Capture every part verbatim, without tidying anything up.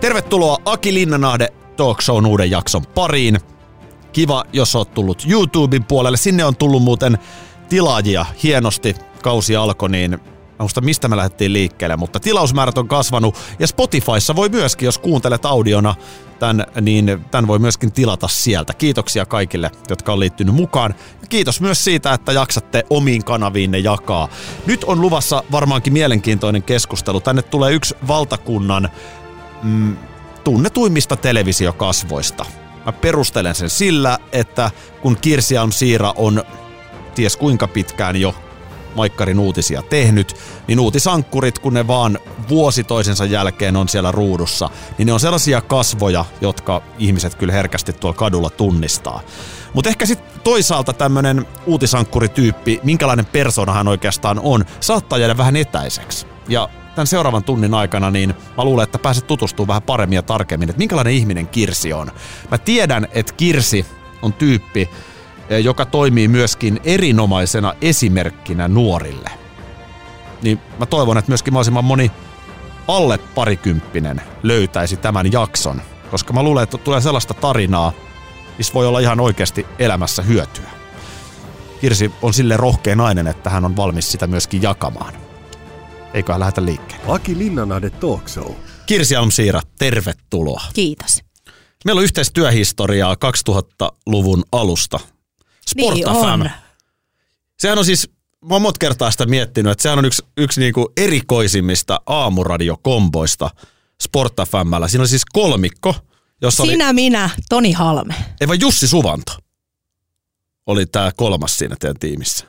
Tervetuloa Aki Linnanahde Talk Shown uuden jakson pariin. Kiva, jos oot tullut YouTuben puolelle. Sinne on tullut muuten tilaajia hienosti. Kausi alkoi, niin mä muista mistä me lähdettiin liikkeelle, mutta tilausmäärät on kasvanut. Ja Spotifyssa voi myöskin, jos kuuntelet audiona tän, niin tän voi myöskin tilata sieltä. Kiitoksia kaikille, jotka on liittynyt mukaan. Ja kiitos myös siitä, että jaksatte omiin kanaviinne jakaa. Nyt on luvassa varmaankin mielenkiintoinen keskustelu. Tänne tulee yksi valtakunnan mm, tunnetuimmista televisiokasvoista. Mä perustelen sen sillä, että kun Kirsi Alm-Siira on ties kuinka pitkään jo Maikkarin uutisia tehnyt, niin uutisankkurit, kun ne vaan vuosi toisensa jälkeen on siellä ruudussa, niin ne on sellaisia kasvoja, jotka ihmiset kyllä herkästi tuolla kadulla tunnistaa. Mutta ehkä sitten toisaalta tämmönen uutisankkurityyppi, minkälainen persona hän oikeastaan on, saattaa jäädä vähän etäiseksi. Ja tämän seuraavan tunnin aikana niin mä luulen, että pääset tutustumaan vähän paremmin ja tarkemmin, että minkälainen ihminen Kirsi on. Mä tiedän, että Kirsi on tyyppi, joka toimii myöskin erinomaisena esimerkkinä nuorille. Niin mä toivon, että myöskin mahdollisimman moni alle parikymppinen löytäisi tämän jakson, koska mä luulen, että tulee sellaista tarinaa, missä voi olla ihan oikeasti elämässä hyötyä. Kirsi on silleen rohkea nainen, että hän on valmis sitä myöskin jakamaan. Eiköhän lähdetä liikkeelle. Aki Linnanahde Talk Show. Kirsi Alm-Siira, tervetuloa. Kiitos. Meillä on yhteistyöhistoriaa kaksituhattaluvun alusta. Sport niin F M. on. Sehän on siis, mä oon monta kertaa sitä miettinyt, että sehän on yksi, yksi niinku erikoisimmista aamuradiokomboista Sport F M:llä. Siinä oli siis kolmikko, jossa Sinä, oli... minä, Toni Halme. Ei vaan Jussi Suvanto oli tää kolmas siinä teidän tiimissä.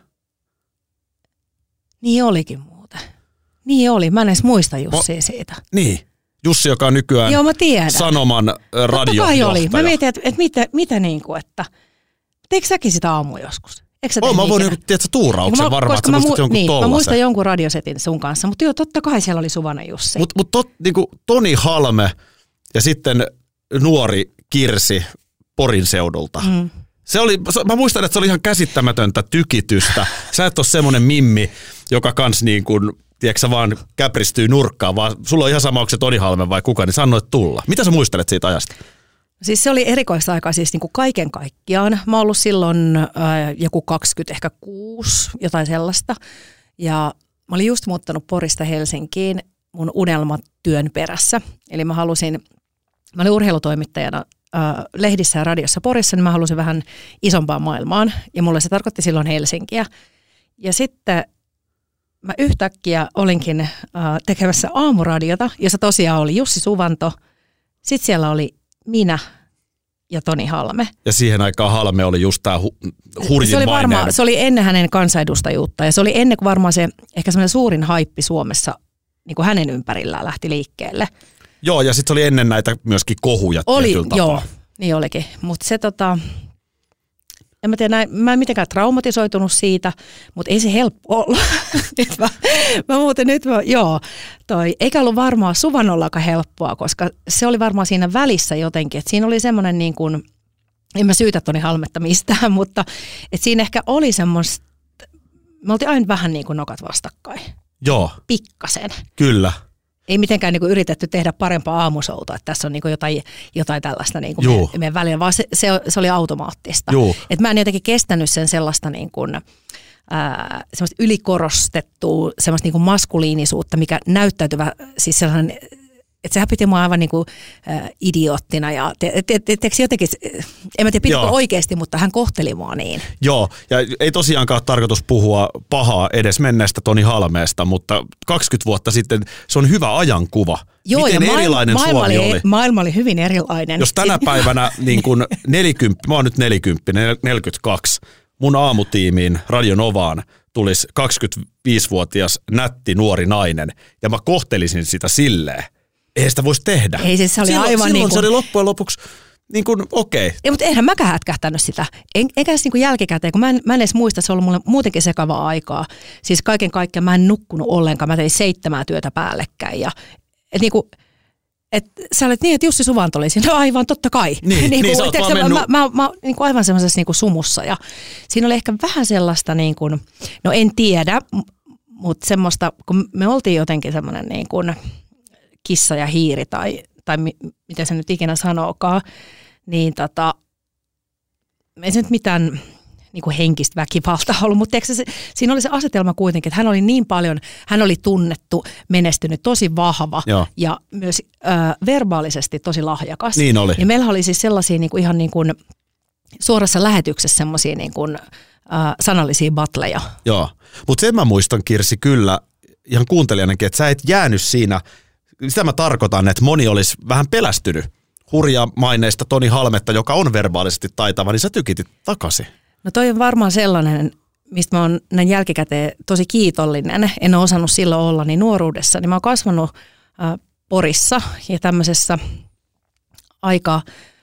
Niin olikin muuten. Niin oli, mä en edes muista Jussia Mo... siitä. Niin, Jussi, joka on nykyään Joo, mä tiedän. Sanoman radiojohtaja. Totta kai oli. Mä mietin, että, että mitä, mitä niin kuin, että teikö säkin sitä aamuja joskus? Eikö sä Oon, mä voin joku, tiedätkö, tuurauksen mä, varmaan, että sä muistat mu- jonkun niin, tollasen. Mä muistan jonkun radiosetin sun kanssa, mutta joo, totta kai siellä oli Suvanen Jussi. Mutta mut tot, niinku, Toni Halme ja sitten nuori Kirsi Porin seudulta. Mm. Se oli, mä muistan, että se oli ihan käsittämätöntä tykitystä. Sä et ole semmonen mimmi, joka kans niin kuin, tiedätkö sä vaan käpristyy nurkkaan, vaan sulla on ihan sama, onko se Toni Halme vai kuka, niin sanoit tulla. Mitä sä muistelet siitä ajasta? Siis se oli erikoista aikaa siis niin kuin kaiken kaikkiaan. Mä oon ollut silloin äh, joku kaksikymmentä, ehkä kuusi, jotain sellaista. Ja mä olin just muuttanut Porista Helsinkiin mun unelmatyön perässä. Eli mä halusin, mä olin urheilutoimittajana äh, lehdissä ja radiossa Porissa, niin mä halusin vähän isompaan maailmaan. Ja mulle se tarkoitti silloin Helsinkiä. Ja sitten mä yhtäkkiä olinkin äh, tekemässä aamuradiota, jossa tosiaan oli Jussi Suvanto. Sitten siellä oli minä ja Toni Halme. Ja siihen aikaan Halme oli just tää hu- hurjin se oli, varmaan, maineen. se oli ennen hänen kansanedustajuutta ja se oli ennen kuin varmaan se ehkä semmoinen suurin haippi Suomessa niin kuin hänen ympärillään lähti liikkeelle. Joo, ja sitten se oli ennen näitä myöskin kohuja oli, tietyllä tapaa. Joo, niin olikin. Mutta se tota, en mä tiedä, näin, mä en mitenkään traumatisoitunut siitä, mutta ei se helppo olla. nyt mä, mä muuten nyt mä, joo, toi, eikä ollut varmaan Suvannollakaan helppoa, koska se oli varmaan siinä välissä jotenkin, että siinä oli semmoinen niin kuin, en mä syytä Toni Halmetta mistään, mutta että siinä ehkä oli semmoista, me oltiin aina vähän niin kuin nokat vastakkain. Joo. Pikkasen. Kyllä. Ei mitenkään niin kuin yritetty tehdä parempaa aamusouta, että tässä on niin kuin jotain, jotain tällaista niin kuin meidän, meidän välillä, vaan se, se, se oli automaattista. Et mä en jotenkin kestänyt sen sellaista niin kuin, ää, semmoista ylikorostettua, semmoista niin kuin maskuliinisuutta, mikä näyttäytyvä, siis sellainen, että sehän piti mua aivan niin kuin äh, idioottina ja te, te, te, te, jotenkin, en mä tiedä pitikö oikeasti, mutta hän kohteli mua niin. Joo, ja ei tosiaankaan ole tarkoitus puhua pahaa edes menneestä Toni Halmeesta, mutta kaksikymmentä vuotta sitten se on hyvä ajankuva. Joo, miten ja erilainen maailma, Suomi oli, oli. Maailma oli hyvin erilainen. Jos tänä päivänä niin kuin neljäkymmentä, mä oon nyt neljäkymmentä, neljäkymmentäkaksi, mun aamutiimiin Radio Novaan tulisi kaksikymmentäviisivuotias nätti nuori nainen, ja mä kohtelisin sitä silleen. Ei sitä voisi tehdä. Ei siis se oli silloin, aivan silloin niin kuin... se oli loppujen lopuksi niin kuin okei. Okay. Ei, mutta eihän mäkään hätkähtänyt sitä. En, eikä edes niin kuin jälkikäteen, kun mä en, mä en edes muista, se on ollut mulle muutenkin sekavaa aikaa. Siis kaiken kaikkiaan mä en nukkunut ollenkaan. Mä tein seitsemää työtä päällekkäin. Ja, et niin kuin, et sä olet niin, että Jussi Suvanto oli siinä. No aivan, totta kai. Niin, niin, kuin, sä oot vaan mä, mennyt... mä, mä, mä niin kuin aivan semmoisessa niin kuin sumussa. Ja siinä oli ehkä vähän sellaista, niin kuin, no en tiedä, mutta semmoista, kun me oltiin jotenkin semmoinen niin kuin kissa ja hiiri tai tai mi, mitä se nyt ikinä sanookaan, niin tota, ei se nyt mitään niin kuin henkistä väkivaltaa ollut, mutta eikö se, siinä oli se asetelma kuitenkin, että hän oli niin paljon, hän oli tunnettu, menestynyt, tosi vahva Joo. ja myös äh, verbaalisesti tosi lahjakas. Niin oli. Ja meillä oli siis sellaisia niin kuin ihan niin kuin suorassa lähetyksessä semmoisia niin kuin äh, sanallisia battleja. Joo, mutta sen mä muistan, Kirsi, kyllä ihan kuuntelijanakin, että sä et jäänyt siinä, sitä mä tarkoitan, että moni olisi vähän pelästynyt hurjaa maineista Toni Halmetta, joka on verbaalisesti taitava, niin sä tykitit takaisin. No toi on varmaan sellainen, mistä mä oon näin jälkikäteen tosi kiitollinen. En ole osannut silloin olla niin nuoruudessa. Niin mä oon kasvanut äh, Porissa ja tämmöisessä aika,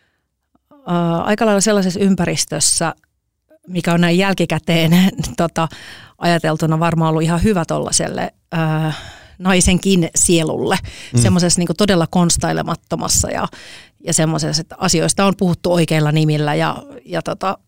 äh, aika lailla sellaisessa ympäristössä, mikä on näin jälkikäteen tota, ajateltuna varmaan ollut ihan hyvä tollaselle äh, naisenkin sielulle. Mm. Semmoisessa niin kuin todella konstailemattomassa ja, ja semmoisessa, että asioista on puhuttu oikeilla nimillä ja, ja tota,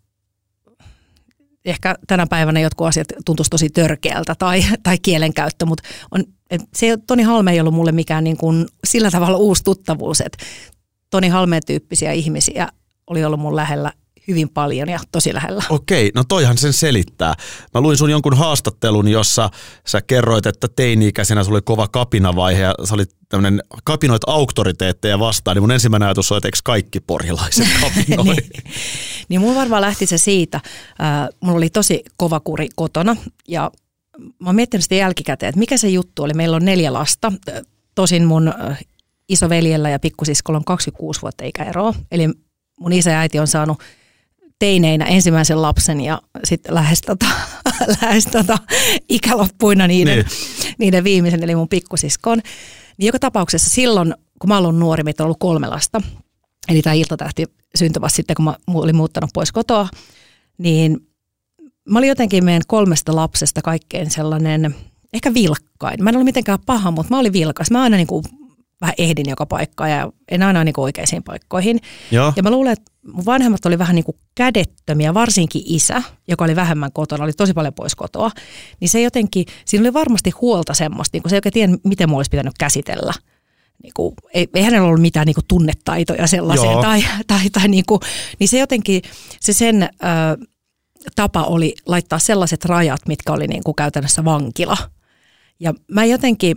ehkä tänä päivänä jotkut asiat tuntuisi tosi törkeältä tai, tai kielenkäyttö, mutta on, se Toni Halme ei ollut mulle mikään niin kuin sillä tavalla uusi tuttavuus, että Toni Halmeen tyyppisiä ihmisiä oli ollut mun lähellä hyvin paljon ja tosi lähellä. Okei, no toihan sen selittää. Mä luin sun jonkun haastattelun, jossa sä kerroit, että teini-ikäisenä sulla oli kova kapinavaihe ja sä olit tämmönen kapinoit auktoriteetteja vastaan, niin mun ensimmäinen ajatus on, että eikö kaikki porilaiset kapinoi? niin. niin mun varmaan lähti se siitä. Äh, mulla oli tosi kova kuri kotona ja mä oon miettinyt sitä jälkikäteen, että mikä se juttu oli. Meillä on neljä lasta. Tosin mun äh, isoveljellä ja pikkusiskolla on kaksikymmentäkuusi vuotta ikäeroa. Eli mun isä ja äiti on saanut teineinä ensimmäisen lapsen ja sitten lähes, tota, lähes tota, ikäloppuina niiden, niin. niiden viimeisen, eli mun pikkusiskon. Niin joka tapauksessa silloin, kun mä olin nuori, meitä on ollut kolme lasta, eli tämä iltatähti syntyi vasta sitten, kun mä olin muuttanut pois kotoa, niin mä olin jotenkin meidän kolmesta lapsesta kaikkein sellainen, ehkä vilkkain. Mä en ollut mitenkään paha, mutta mä olin vilkas. Mä aina niin kuin vähän ehdin joka paikkaan ja en aina niin kuin oikeisiin paikkoihin. Joo. Ja mä luulen, että mun vanhemmat oli vähän niin kuin kädettömiä, varsinkin isä, joka oli vähemmän kotona, oli tosi paljon pois kotoa. Niin se jotenkin, siinä oli varmasti huolta semmoista, niin kuin se ei oikein tiedä, miten mua olisi pitänyt käsitellä. Niin kuin, ei, ei hänellä ollut mitään niin kuin tunnetaitoja sellaiseen. Tai, tai, tai niin, kuin, niin se jotenkin, se sen ö, tapa oli laittaa sellaiset rajat, mitkä oli niin kuin käytännössä vankila. Ja mä jotenkin,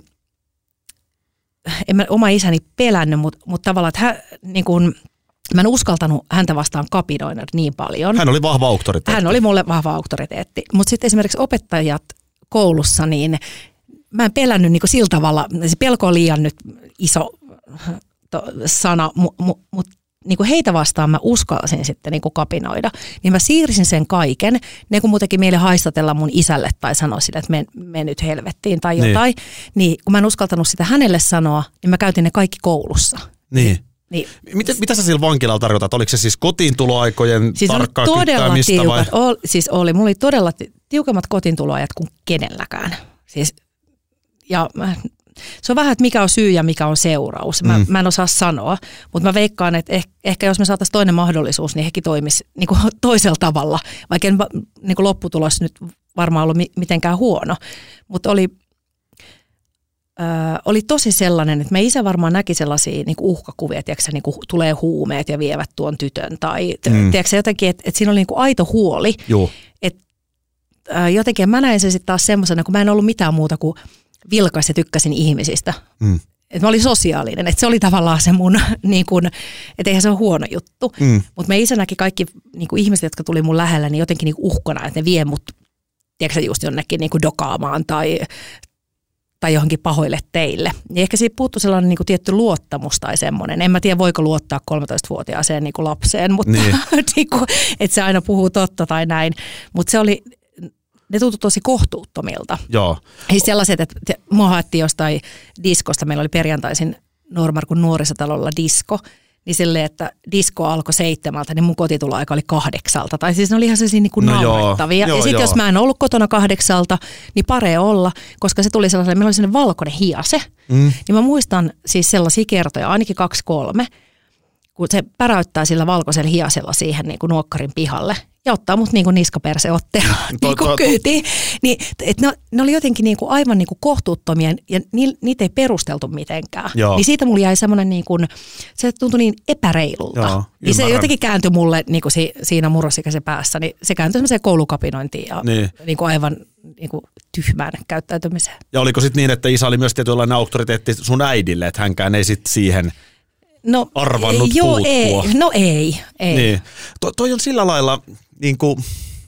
en mä oma isäni pelännyt, mutta, mutta tavallaan, että hän, niin kuin, mä en uskaltanut häntä vastaan kapinoida niin paljon. Hän oli vahva auktoriteetti. Hän oli mulle vahva auktoriteetti. Mutta sitten esimerkiksi opettajat koulussa, niin mä en pelännyt niin kuin sillä tavalla, se pelko on liian nyt iso to, sana, mutta mu, mu, niin heitä vastaan mä uskalsin sitten niin kuin kapinoida. Niin mä siirsin sen kaiken, ne kun muutenkin meille haistatella mun isälle tai sanoa sille, että me, me nyt helvettiin tai jotain. Niin. niin kun mä en uskaltanut sitä hänelle sanoa, niin mä käytin ne kaikki koulussa. Niin. Niin. Mitä, mitä sä sillä vankilalla tarkoitat? Oliko se siis kotiintuloaikojen siis tarkkaa kyttäämistä? Tiukat, vai? Siis oli, mulla oli todella tiukemmat kotiintuloajat kuin kenelläkään. Siis, ja se on vähän, että mikä on syy ja mikä on seuraus. Mä, mm. mä en osaa sanoa, mutta mä veikkaan, että ehkä, ehkä jos me saataisiin toinen mahdollisuus, niin hekin toimisi niin kuin toisella tavalla. Vaikka en, niin kuin lopputulos nyt varmaan ollut mitenkään huono, mutta oli... Öö, oli tosi sellainen, että me isä varmaan näki sellaisia niin kuin uhkakuvia, että niin kuin tulee huumeet ja vievät tuon tytön. Tai mm. tiedätkö, jotenkin, että, että siinä oli niin kuin aito huoli. Että, öö, jotenkin mä näin sen sitten taas semmoisena, kun mä en ollut mitään muuta kuin vilkas ja tykkäsin ihmisistä. Mm. Että mä olin sosiaalinen, että se oli tavallaan se mun, niin kuin, että eihän se ole huono juttu. Mm. Mutta me isä näki kaikki niin kuin ihmiset, jotka tuli mun lähellä, niin jotenkin niin kuin uhkana, että ne vie mut, tiedätkö just jonnekin niin kuin dokaamaan tai... tai johonkin pahoille teille. Niin ehkä siitä puuttui sellainen niin kuin tietty luottamus tai semmoinen. En mä tiedä, voiko luottaa kolmetoistavuotiaaseen niin kuin lapseen, mutta niin. niin kuin, että se aina puhuu totta tai näin. Mutta se oli, ne tuntui tosi kohtuuttomilta. Joo. Siis sellaiset, että mua haettiin jostain diskosta. Meillä oli perjantaisin Noormarkun nuorisotalolla disko. Niin silleen, että disko alkoi seitsemältä, niin mun kotituloaika oli kahdeksalta. Tai siis ne oli ihan sellaisia niin kuin no naurettavia. Joo, ja sitten jos mä en ollut kotona kahdeksalta, niin paree olla, koska se tuli sellainen, meillä oli sellainen valkoinen hiase. Mm. Niin mä muistan siis sellaisia kertoja, ainakin kaksi kolme, kun kun se päräyttää sillä valkoisella hiasella siihen niin kuin nuokkarin pihalle ja ottaa mut niin kuin niskaperseotteella niin kuin kyytiin. Niin, et ne, ne oli jotenkin niin kuin aivan niin kuin kohtuuttomia ja ni, niitä ei perusteltu mitenkään. Joo. Niin siitä mulla jäi semmoinen, niin kuin, se tuntui niin epäreilulta. Joo, niin se jotenkin kääntyi mulle niin kuin si, siinä murrosikäisen päässä, niin se kääntyi semmoiseen koulukapinointiin ja niin. Niin kuin aivan niin kuin tyhmään käyttäytymiseen. Ja oliko sitten niin, että isä oli myös tietynlainen auktoriteetti sun äidille, että hänkään ei sitten siihen no, arvannut joo, puuttua? Ei, no ei, ei. Niin. To, toi on sillä lailla, niin kuin,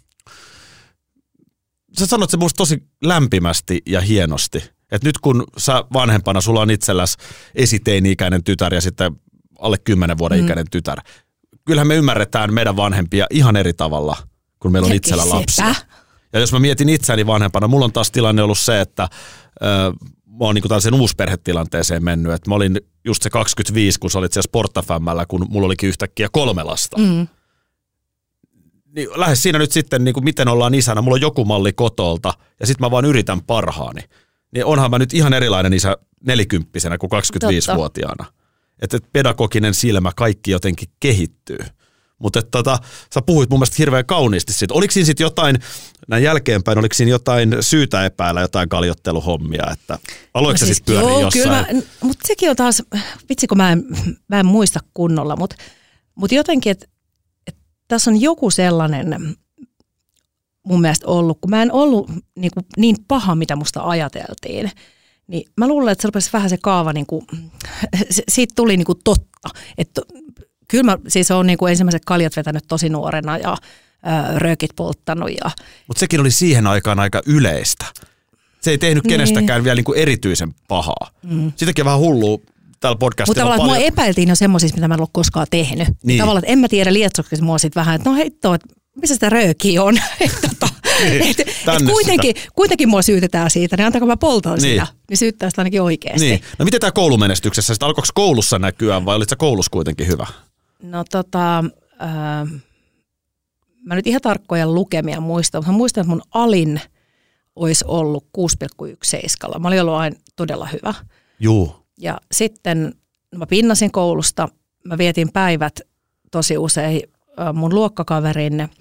sä sanot se musta tosi lämpimästi ja hienosti, että nyt kun sä vanhempana, sulla on itselläs esiteini-ikäinen tytär ja sitten alle kymmenen vuoden mm. ikäinen tytär. Kyllähän me ymmärretään meidän vanhempia ihan eri tavalla, kun meillä on itsellä lapsia. Ja jos mä mietin itseäni vanhempana, mulla on taas tilanne ollut se, että äh, mä oon niin tällaisen uusperhetilanteeseen mennyt, että mä olin just se kaksikymmentäviisi, kun sä olit siellä Sportafämmällä, kun mulla olikin yhtäkkiä kolme lasta. Mm. Niin lähes siinä nyt sitten, niin kuin miten ollaan isänä, mulla on joku malli kotolta ja sitten mä vaan yritän parhaani. Niin onhan mä nyt ihan erilainen isä nelikymppisenä kuin kaksikymmentäviisivuotiaana. Että et pedagoginen silmä, kaikki jotenkin kehittyy. Mutta tota, sä puhuit mun mielestä hirveän kauniisti siitä. Oliko siinä sitten jotain, näin jälkeenpäin, oliko siinä jotain syytä epäillä jotain kaljotteluhommia, että aloiko no se siis, sitten pyöriä jossain? Kyllä, mutta sekin on taas, vitsi kun mä en, mä en muista kunnolla, mutta mut jotenkin, että et tässä on joku sellainen mun mielestä ollut, kun mä en ollut niin, kuin, niin paha, mitä musta ajateltiin, niin mä luulen, että se rupesi vähän se kaava, niin kuin, siitä tuli niin kuin totta, että kyllä mä siis olen niin kuin ensimmäiset kaljat vetänyt tosi nuorena ja ö, röökit polttanut. Ja... Mutta sekin oli siihen aikaan aika yleistä. Se ei tehnyt kenestäkään niin. vielä niin kuin erityisen pahaa. Mm. Sitäkin vähän hullua täällä podcastilla. Mutta tavallaan paljon... mua epäiltiin jo semmoisista, mitä mä en ollut koskaan tehnyt. Niin. Tavallaan, että en mä tiedä lietsoksis mua sitten vähän, että no heitto, että missä sitä röökiä on. tota, niin. et, et kuitenkin, kuitenkin mua syytetään siitä, niin antaako mä poltan niin. sitä, niin syyttää sitä ainakin oikeasti. Niin. No miten tämä koulumenestyksessä, sitä alkoiko koulussa näkyä vai olit sä koulussa kuitenkin hyvä? No tota, äh, mä nyt ihan tarkkoja lukemia muistan, mutta mä muistan, että mun alin olisi ollut kuusi pilkku yksi seiskalla. Mä olin ollut aina todella hyvä. Juu. Ja sitten mä pinnasin koulusta, mä vietin päivät tosi usein äh, mun luokkakaverin äh,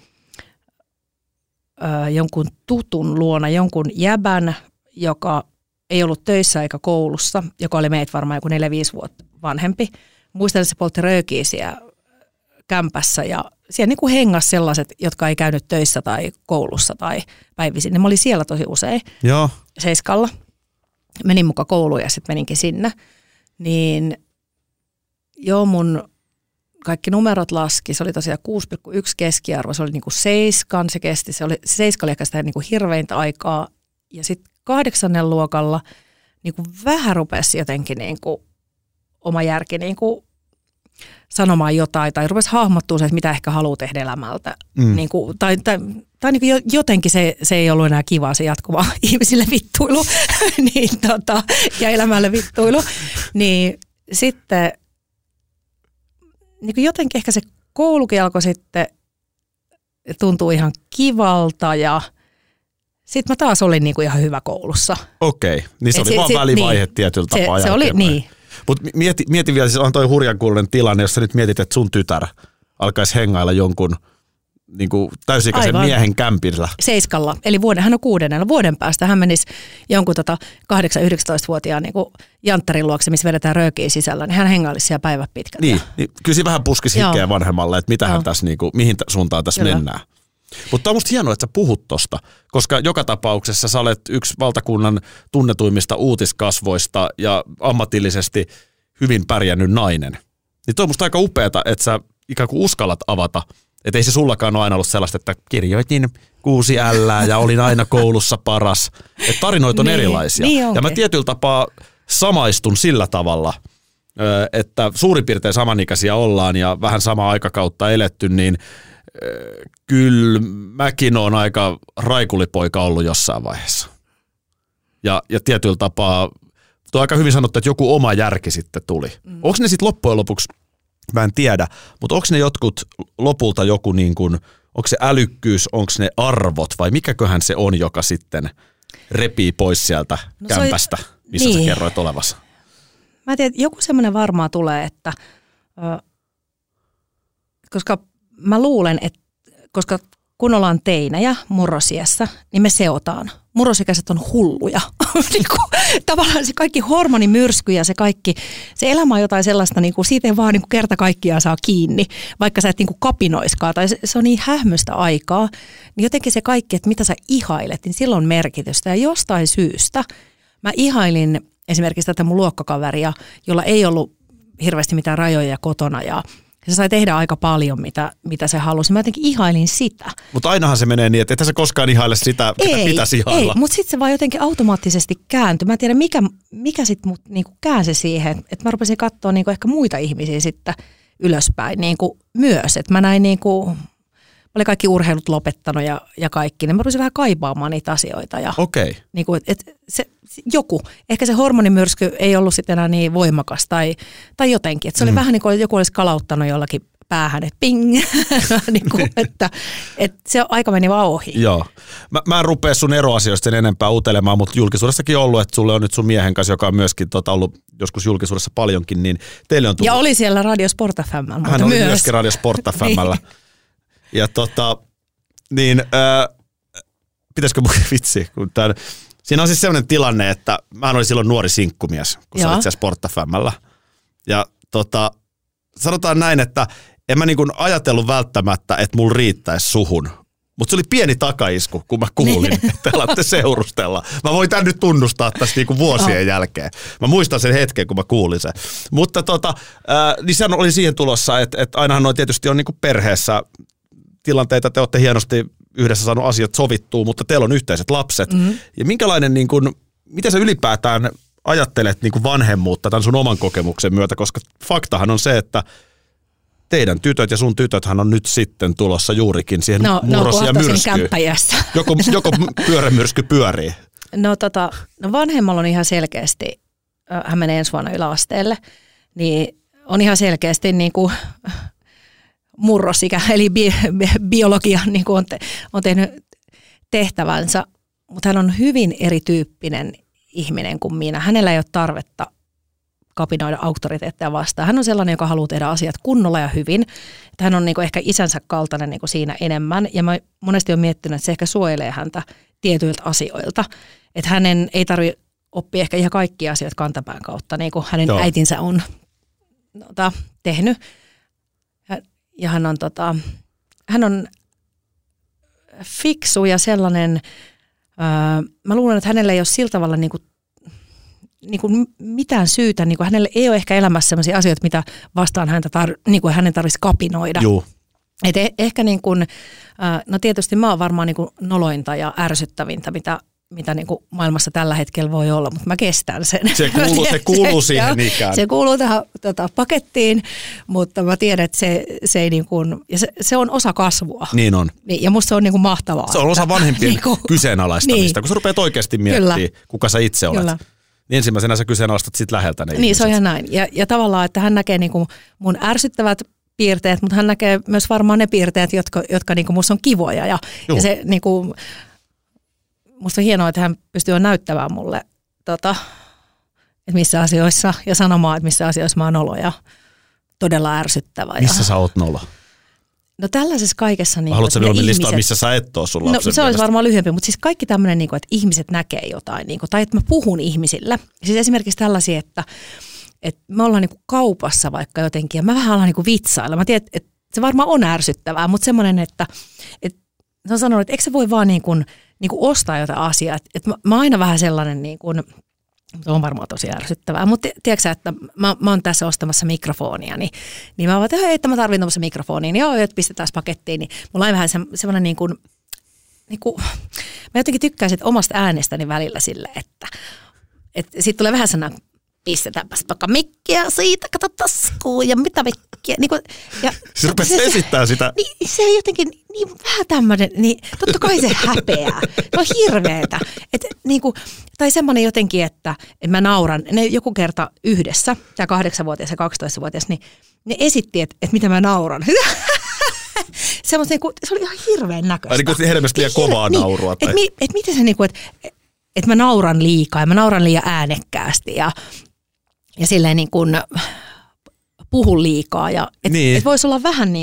jonkun tutun luona, jonkun jäbän, joka ei ollut töissä eikä koulussa, joka oli meitä varmaan joku neljä viisi vuotta vanhempi. Muistan, että se poltti röökiä siellä kämpässä ja siellä niin kuin hengas sellaiset, jotka ei käynyt töissä tai koulussa tai päivisin. Mä olin siellä tosi usein Joo. seiskalla. Menin mukaan kouluun ja sitten meninkin sinne. Niin joo, mun kaikki numerot laski. Se oli tosiaan kuusi pilkku yksi keskiarvo. Se oli niin kuin seiskan, se kesti. Se oli se seiska oli ehkä sitä niin kuin hirveintä aikaa. Ja sitten kahdeksannen luokalla niin kuin vähän rupesi jotenkin niin kuin oma järki niin kuin sanomaan jotain tai rupesi hahmottua se, että mitä ehkä haluaa tehdä elämältä. Mm. Niin kuin, tai tai, tai niin kuin jotenkin se, se ei ollut enää kivaa se jatkuva ihmisille vittuilu niin, tota, ja elämälle vittuilu. Niin sitten niin kuin jotenkin ehkä se koulukin alkoi sitten tuntua ihan kivalta ja sitten mä taas olin niin kuin ihan hyvä koulussa. Okei, niin se Et oli se, vaan se, välivaihe niin, tietyllä tapaa. Se, se oli, niin. Mutta mieti, mieti vielä, siis on toi hurjankuuluinen tilanne, jos sä nyt mietit, että sun tytär alkaisi hengailla jonkun niin kuin täysikäisen Aivan. miehen kämpillä. Seiskalla, eli vuoden, hän on kuudennella. Vuoden päästä hän menisi jonkun tota kahdeksan yhdeksäntoista-vuotiaan niin kuin janttarin luokse, missä vedetään röökiä sisällä, niin hän hengailisi siellä päivät pitkät. Niin, niin kyllä siinä vähän puskisi hikeä vanhemmalle, että mitä hän tässä, niin kuin, mihin suuntaan tässä kyllä. mennään. Mutta on musta hienoa, että sä puhut tosta, koska joka tapauksessa sä olet yksi valtakunnan tunnetuimmista uutiskasvoista ja ammatillisesti hyvin pärjännyt nainen. Niin toi on musta aika upeata, että sä ikään kuin uskallat avata. Että ei se sullakaan ole aina ollut sellaista, että kirjoitin kuusi ällää ja olin aina koulussa paras. Että tarinoit on niin, erilaisia. Niin ja mä tietyllä tapaa samaistun sillä tavalla, että suurin piirtein samanikäisiä ollaan ja vähän samaa aikakautta eletty, niin kyllä mäkin olen aika raikulipoika ollut jossain vaiheessa. Ja, ja tietyllä tapaa, tuo aika hyvin sanottu, että joku oma järki sitten tuli. Mm. Onko ne sitten loppujen lopuksi, mä en tiedä, mutta onko ne jotkut lopulta joku niin kuin, onko se älykkyys, onko ne arvot vai mikäköhän se on, joka sitten repii pois sieltä no kämpästä, missä niin. sä kerroit olevassa? Mä tiedän, että joku semmoinen varmaan tulee, että ö, koska mä luulen, että koska kun ollaan teinejä murrosiässä, niin me seotaan. Murrosikäiset on hulluja. niin kuin, tavallaan se kaikki hormonimyrsky ja se kaikki, se elämä on jotain sellaista, niin kuin, siitä ei vaan niin kuin kerta kaikkiaan saa kiinni, vaikka sä et niin kuin kapinoiskaan, tai se, se on niin hähmystä aikaa, niin jotenkin se kaikki, että mitä sä ihailet, niin sillä on merkitystä. Ja jostain syystä mä ihailin esimerkiksi tätä mun luokkakaveria, jolla ei ollut hirveästi mitään rajoja kotona ja se sai tehdä aika paljon, mitä, mitä se halusi. Mä jotenkin ihailin sitä. Mutta ainahan se menee niin, että ethän sä koskaan ihaile sitä, ei, mitä pitäisi ihailla. Ei, mutta sitten se vaan jotenkin automaattisesti kääntyi. Mä en tiedä, mikä, mikä sitten mut niinku käänsi siihen, että mä rupesin katsoa niinku ehkä muita ihmisiä sitten ylöspäin niinku myös. Että mä näin niinku, mä olin kaikki urheilut lopettanut ja, ja kaikki, niin mä rupesin vähän kaipaamaan niitä asioita. Okei. Okay. Niinku, et, et se, joku, ehkä se hormonimyrsky ei ollut sitten enää niin voimakas tai, tai jotenkin. Et se oli mm. vähän niin kuin joku olisi kalauttanut jollakin päähän, että ping, niin kuin, että, että se aika meni vaan ohi. Joo. Mä, mä en rupea sun eroasioista sen enempää utelemaan, mutta julkisuudessakin on ollut, että sulle on nyt sun miehen kanssa, joka on myöskin tota, ollut joskus julkisuudessa paljonkin, niin teille on tullut. Ja oli siellä Radio Sport F M:llä, mutta hän oli myös. myöskin Radio Sport F M:llä. niin. Ja tota, niin äh, pitäisikö mun vitsi, kun tämän, siinä on siis sellainen tilanne, että mä olin silloin nuori sinkkumies, kun sä olit siellä Sport F M:llä. Ja tota, sanotaan näin, että en mä niin kuin ajatellut välttämättä, että mulla riittäisi suhun. Mutta se oli pieni takaisku, kun mä kuulin, että te alatte seurustella. Mä voin tän nyt tunnustaa tässä niinku vuosien oh. jälkeen. Mä muistan sen hetken, kun mä kuulin sen. Mutta tota, ää, niin se oli siihen tulossa, että, että ainahan noin tietysti on niinku perheessä tilanteita, te olette hienosti yhdessä saanut asiat sovittua, mutta teillä on yhteiset lapset. Mm-hmm. Ja minkälainen, niin kuin, miten sä ylipäätään ajattelet niin kuin vanhemmuutta tämän sun oman kokemuksen myötä, koska faktahan on se, että teidän tytöt ja sun tytöthän on nyt sitten tulossa juurikin siihen no, murros- no, ja myrskyyn. Joko, joko pyörämyrsky pyörii? No, tota, no vanhemmalla on ihan selkeästi, hän menee ensi vuonna yläasteelle, niin on ihan selkeästi niin kuin murrosikä, eli bi, bi, biologia niin kuin on, te, on tehnyt tehtävänsä, mutta hän on hyvin erityyppinen ihminen kuin minä. Hänellä ei ole tarvetta kapinoida auktoriteetteja vastaan. Hän on sellainen, joka haluaa tehdä asiat kunnolla ja hyvin. Että hän on niin kuin ehkä isänsä kaltainen niin kuin siinä enemmän. Ja mä monesti olen miettinyt, että se ehkä suojelee häntä tietyiltä asioilta. Että hänen ei tarvitse oppia ehkä ihan kaikkia asioita kantapään kautta, niin kuin hänen Joo. äitinsä on tota, tehnyt. Ja, ja hän on, tota, hän on fiksu ja sellainen, öö, mä luulen, että hänellä ei ole sillä tavalla niin kuin niin kuin mitään syytä, niin kuin hänelle ei ole ehkä elämässä sellaisia asioita, mitä vastaan häntä tar- niin kuin hänen tarvitsisi kapinoida. Joo. Et eh- ehkä niin kuin, no tietysti mä oon varmaan niin kuin nolointa ja ärsyttävintä, mitä, mitä niin kuin maailmassa tällä hetkellä voi olla, mutta mä kestän sen. Se kuuluu, se kuuluu siihen ikään. Se kuuluu tähän tota, pakettiin, mutta mä tiedän, että se, se, ei niin kuin, ja se, se on osa kasvua. Niin on. Ja musta se on niin kuin mahtavaa. Se on osa vanhempien niin kuin, kyseenalaistamista, niin. Kun sä rupeat oikeasti miettimään, Kyllä. kuka sä itse olet. Kyllä. Niin ensimmäisenä sä kyseenalaistat sit läheltä ne Niin, ihmiset. Se on ihan näin. Ja, ja tavallaan, että hän näkee niinku mun ärsyttävät piirteet, mutta hän näkee myös varmaan ne piirteet, jotka, jotka niinku musta on kivoja. Ja, ja se niinku, musta on hienoa, että hän pystyy näyttämään mulle, tota, että missä asioissa, ja sanomaan, että missä asioissa mä oon nolo ja todella ärsyttävä. Missä ja, sä oot nolo? No tällaisessa kaikessa... Niin haluatko sä vielä listaa, missä sä et ole sun lapsen No se olisi mielestä? varmaan lyhyempi, mutta siis kaikki tämmöinen, niin kuin, että ihmiset näkee jotain, niin kuin, tai että mä puhun ihmisille. Siis esimerkiksi tällaisia, että, että me ollaan niin kuin kaupassa vaikka jotenkin, ja mä vähän alan niin kuin vitsailla. Mä tiedän, että se varmaan on ärsyttävää, mutta semmoinen, että, että se on sanonut, että eikö se voi vaan niin kuin, niin kuin ostaa jotain asiaa. Että, että mä, mä oon aina vähän sellainen... Niin kuin, se on varmaan tosi ärsyttävää, mutta tiedätkö että mä, mä oon tässä ostamassa mikrofonia, niin, niin mä oon, että hei, että mä tarvitsen tuommoista mikrofonia, niin joo, että pistetään pakettiin, niin mulla on vähän se, semmoinen niin kuin, niin kuin, mä jotenkin tykkäisin omasta äänestäni välillä sille, että, että siitä tulee vähän sellainen, pistetäänpäs vaikka mikkiä siitä, kato taskuun ja mitä mikkiä. Niin kuin, ja, se rupesi se, esittämään sitä. Niin, se on jotenkin niin vähän tämmöinen, niin totta kai se häpeää. Se on hirveetä. Et, niin kuin, tai semmoinen jotenkin, että, että mä nauran. Ne joku kerta yhdessä, tämä kahdeksanvuotias ja kaksitoistavuotias, niin ne esitti, että, että mitä mä nauran. Semmoista, niin kuin, se oli ihan hirveän näköistä. Ai niin kuin helmestä liian kovaa niin, naurua. Että et, et miten se niin kuin, että et mä nauran liikaa ja mä nauran liian äänekkäästi ja Ja silleen niin kuin puhun liikaa. Ja et, niin. et voisi olla vähän niin kuin, että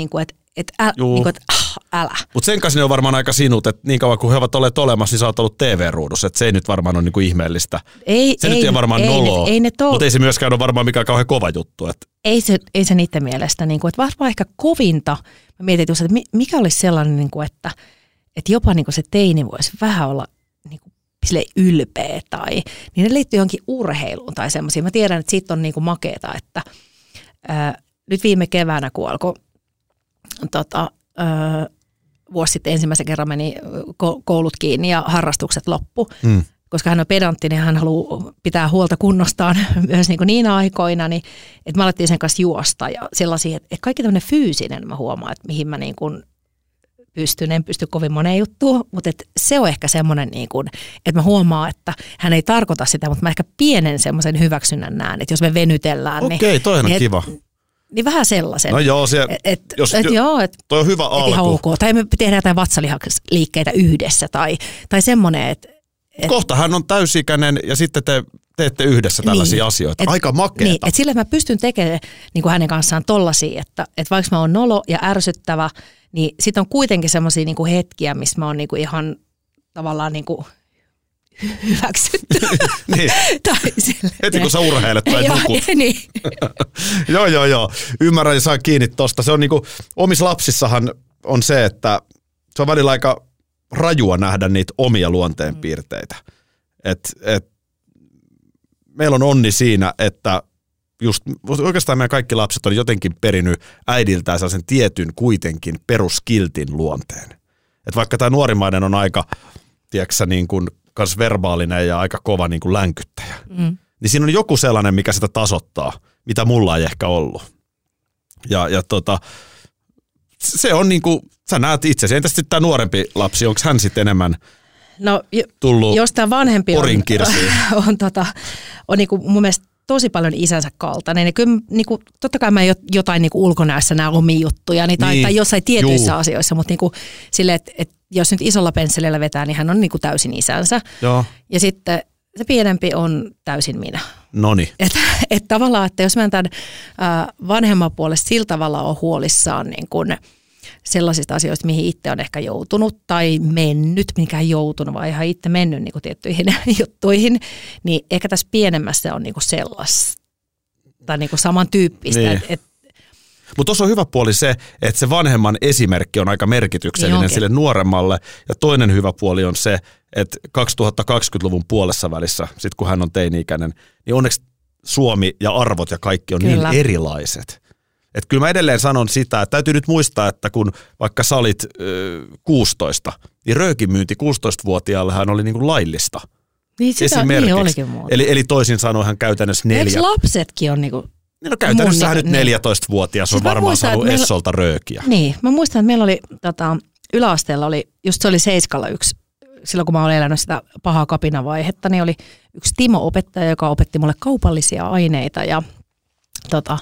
että äl, niin et, ah, älä. Mutta sen kanssa ne on varmaan aika sinut, että niin kauan kuin he ovat olleet olemassa, niin sä oot ollut T V-ruudussa, että se ei nyt varmaan ole niinku ihmeellistä. Ei, se ei, nyt ei varmaan ei, noloa, ei mutta ei se myöskään ole varmaan mikään kauhean kova juttu. Että. Ei, se, ei se niiden mielestä, niin kuin, että varmaan ehkä kovinta, mä mietin just, että mikä olisi sellainen, niin kuin, että, että jopa niin kuin se teini voisi vähän olla niin kuin, ylpeä tai, niin ne liittyy johonkin urheiluun tai semmoisiin. Mä tiedän, että siitä on niin kuin makeeta, että ää, nyt viime keväänä, kun alkoi tota, ää, vuosi sitten ensimmäisen kerran meni koulut kiinni ja harrastukset loppu, hmm. koska hän on pedantti, niin hän haluaa pitää huolta kunnostaan myös niin kuin niinä aikoina, niin että mä alettiin sen kanssa juosta ja sellaisia, että kaikki tämmöinen fyysinen mä huomaan, että mihin mä niin kuin pystyn, en pysty kovin moneen juttuun, mutta et se on ehkä semmoinen, niin kuin, että mä huomaan, että hän ei tarkoita sitä, mutta mä ehkä pienen semmoisen hyväksynnän näen, että jos me venytellään. Okei, niin, toi on niin kiva. Et, niin vähän sellaisen. No joo, se, et, jos, et, jo, joo, et, toi on hyvä alku. Ihan ok. Tai me tehdään jotain vatsalihasliikkeitä yhdessä tai, tai semmoinen, että et, kohta hän on täysikäinen ja sitten te teette yhdessä tällaisia niin, asioita. Et, Aika makeeta. Niin, että sillä, että mä pystyn tekemään niin kuin hänen kanssaan tollaisia, että, että vaikka mä oon nolo ja ärsyttävä, niin sitten on kuitenkin semmoisia niin kuin hetkiä, missä mä oon niin kuin ihan tavallaan niin kuin hyväksytty. niin. tai heti kun sä urheilet tai nukut. niin. joo, joo, joo. Ymmärrän ja saan kiinni tosta. Se on niinku, omissa lapsissahan on se, että se on välillä aika rajua nähdä niitä omia luonteenpiirteitä. Et, et, meillä on onni siinä, että just oikeastaan meidän kaikki lapset on jotenkin perinyt äidiltään sellaisen tietyn kuitenkin peruskiltin luonteen. Et vaikka tämä nuorimainen on aika, tiedätkö niin kuin kans verbaalinen ja aika kova niin kuin länkyttäjä, mm. niin siinä on joku sellainen, mikä sitä tasoittaa, mitä mulla ei ehkä ollut. Ja, ja tota, se on niin kuin, sä näet itsesi. Entäs sitten tämä nuorempi lapsi, onko hän sitten enemmän no, jo, tullut jos tämä vanhempi on, on, on, tota, on niin kuin mun mielestä tosi paljon isänsä kaltainen. Ja kyllä niin kuin, totta kai mä jotain niin kuin ulkonäössä nämä omia juttuja niin, tai, niin, tai jossain tietyissä juu. asioissa, mutta niin kuin, sille, että, että jos nyt isolla pensselillä vetää, niin hän on niin kuin täysin isänsä. Joo. Ja sitten se pienempi on täysin minä. Noniin. Että et tavallaan, että jos mä tämän äh, vanhemman puolesta sillä tavalla on huolissaan niin kuin sellaisista asioista, mihin itse on ehkä joutunut tai mennyt, mikään joutunut, vaan ihan itse mennyt niin kuin tiettyihin juttuihin, niin ehkä tässä pienemmässä on niin kuin sellaista tai niin kuin samantyyppistä. Niin. Et, et, mutta tuossa on hyvä puoli se, että se vanhemman esimerkki on aika merkityksellinen niin sille nuoremmalle. Ja toinen hyvä puoli on se, että kaksituhattakaksikymmentäluvun puolessa välissä, sit kun hän on teini-ikäinen, niin onneksi Suomi ja arvot ja kaikki on kyllä niin erilaiset. Että kyllä mä edelleen sanon sitä, että täytyy nyt muistaa, että kun vaikka sä olit ö, kuusitoista, niin röökin myynti kuusitoistavuotiaallehan oli niin kuin laillista. Niin sitä niin olikin muuta. Eli, eli toisin sanoen hän käytännössä neljä. Eikö lapsetkin on niinku niin no käytännössä hän nyt neljätoistavuotias on siis varmaan saanut meillä Essolta röökiä. Niin, mä muistan, että meillä oli tota, yläasteella oli, just se oli seiskalla yksi, silloin kun mä olin elänyt sitä pahaa kapinavaihetta, niin oli yksi Timo-opettaja, joka opetti mulle kaupallisia aineita ja tota,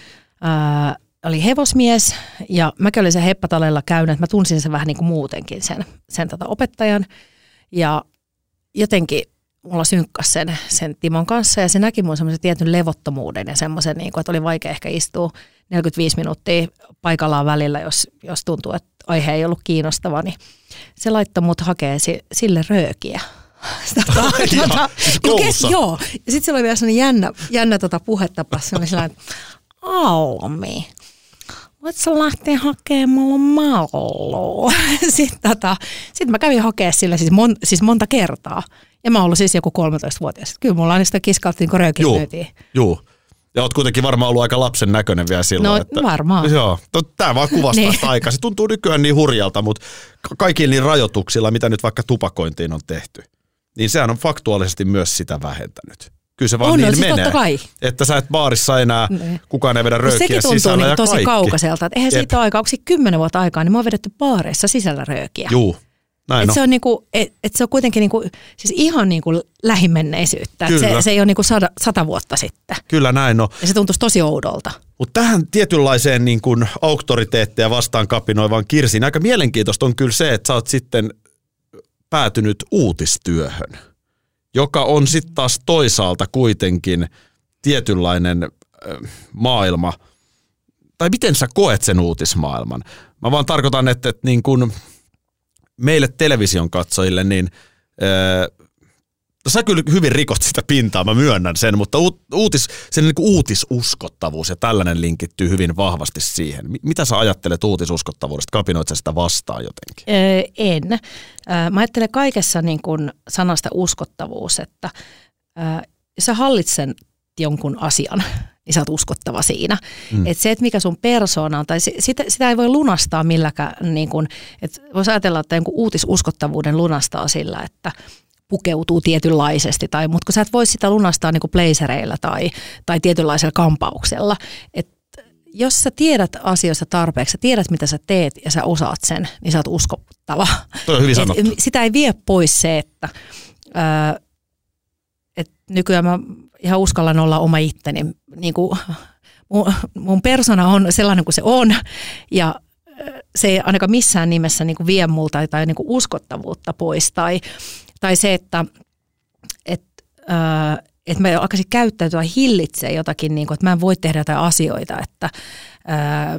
ää, oli hevosmies ja mäkin olin sen heppatalella käynyt, että mä tunsin sen vähän niin kuin muutenkin sen, sen tota opettajan ja jotenkin mulla synkkäsi sen, sen Timon kanssa ja se näki mun semmoisen tietyn levottomuuden ja semmoisen, niin kuin, että oli vaikea ehkä istua neljäkymmentäviisi minuuttia paikallaan välillä, jos, jos tuntuu, että aihe ei ollut kiinnostava, niin se laittoi mut hakee sille röökiä. tota, tota, kes, joo, ja sitten se oli vielä sellainen jännä, jännä tota puhetapas, se oli sellainen, että Almi, voit sä lähteä hakemaan mulla malloa? Sitten tota, sit mä kävin hakemaan sille siis, mon, siis monta kertaa. Ja mä oon ollut siis joku kolmetoistavuotias. Kyllä mulla on sitä kiskaltiin, kun röökin myytiin. Juu. Ja oot kuitenkin varmaan ollut aika lapsen näköinen vielä silloin. No että, varmaan. Joo. Tää vaan kuvastaa niin sitä aikaa. Se tuntuu nykyään niin hurjalta, mutta kaikilla niin rajoituksilla, mitä nyt vaikka tupakointiin on tehty, niin sehän on faktuaalisesti myös sitä vähentänyt. Kyllä se vaan on, niin siis menee, kai. että sä et baarissa enää, ne. kukaan ei vedä röökiä sisällä niin ja tosi kaikki. kaukaiselta. Että eihän Jep. siitä ole aikaa, onko se kymmenen vuotta aikaa, niin mä oon vedetty baareissa sisällä röökiä. Juu. Et se, on niinku, et, et se on kuitenkin niinku, siis ihan niinku lähimenneisyyttä. Se, se ei ole niinku sata, sata vuotta sitten. Kyllä näin on. Ja se tuntuisi tosi oudolta. Mutta tähän tietynlaiseen niin kuin auktoriteetteja vastaan kapinoivaan Kirsiin aika mielenkiintoista on kyllä se, että sä oot sitten päätynyt uutistyöhön, joka on sitten taas toisaalta kuitenkin tietynlainen äh, maailma, tai miten sä koet sen uutismaailman? Mä vaan tarkoitan, että, että niin kuin meille television katsojille, niin ää, sä kyllä hyvin rikot sitä pintaa, mä myönnän sen, mutta uutis, sen niin kuin uutisuskottavuus ja tällainen linkittyy hyvin vahvasti siihen. Mitä sä ajattelet uutisuskottavuudesta? Kapinoit sä sitä vastaan jotenkin? Öö, en. Öö, mä ajattelen kaikessa niin kuin sanasta uskottavuus, että öö, jos sä hallitset jonkun asian, niin sä oot uskottava siinä. Mm. Että se, että mikä sun persoona on, tai sitä, sitä ei voi lunastaa milläkään, niin kuin, että voisi ajatella, että jonkun uutisuskottavuuden lunastaa sillä, että pukeutuu tietynlaisesti, tai, mutta kun sä et voi sitä lunastaa niin kuin blazereilla tai, tai tietynlaisella kampauksella. Et jos sä tiedät asioista tarpeeksi, sä tiedät mitä sä teet ja sä osaat sen, niin sä oot uskottava. Toi on hyvin sanottu. Et, sitä ei vie pois se, että ää, et nykyään mä ihan uskallan olla oma itteni. Niin kuin mun, mun persona on sellainen kuin se on, ja se ei ainakaan missään nimessä niin kuin vie multa tai niin kuin uskottavuutta pois. Tai, tai se, että et, äh, et mä alkaisin käyttäytyä hillitsee jotakin, niin kuin, että mä en voi tehdä jotain asioita, että äh,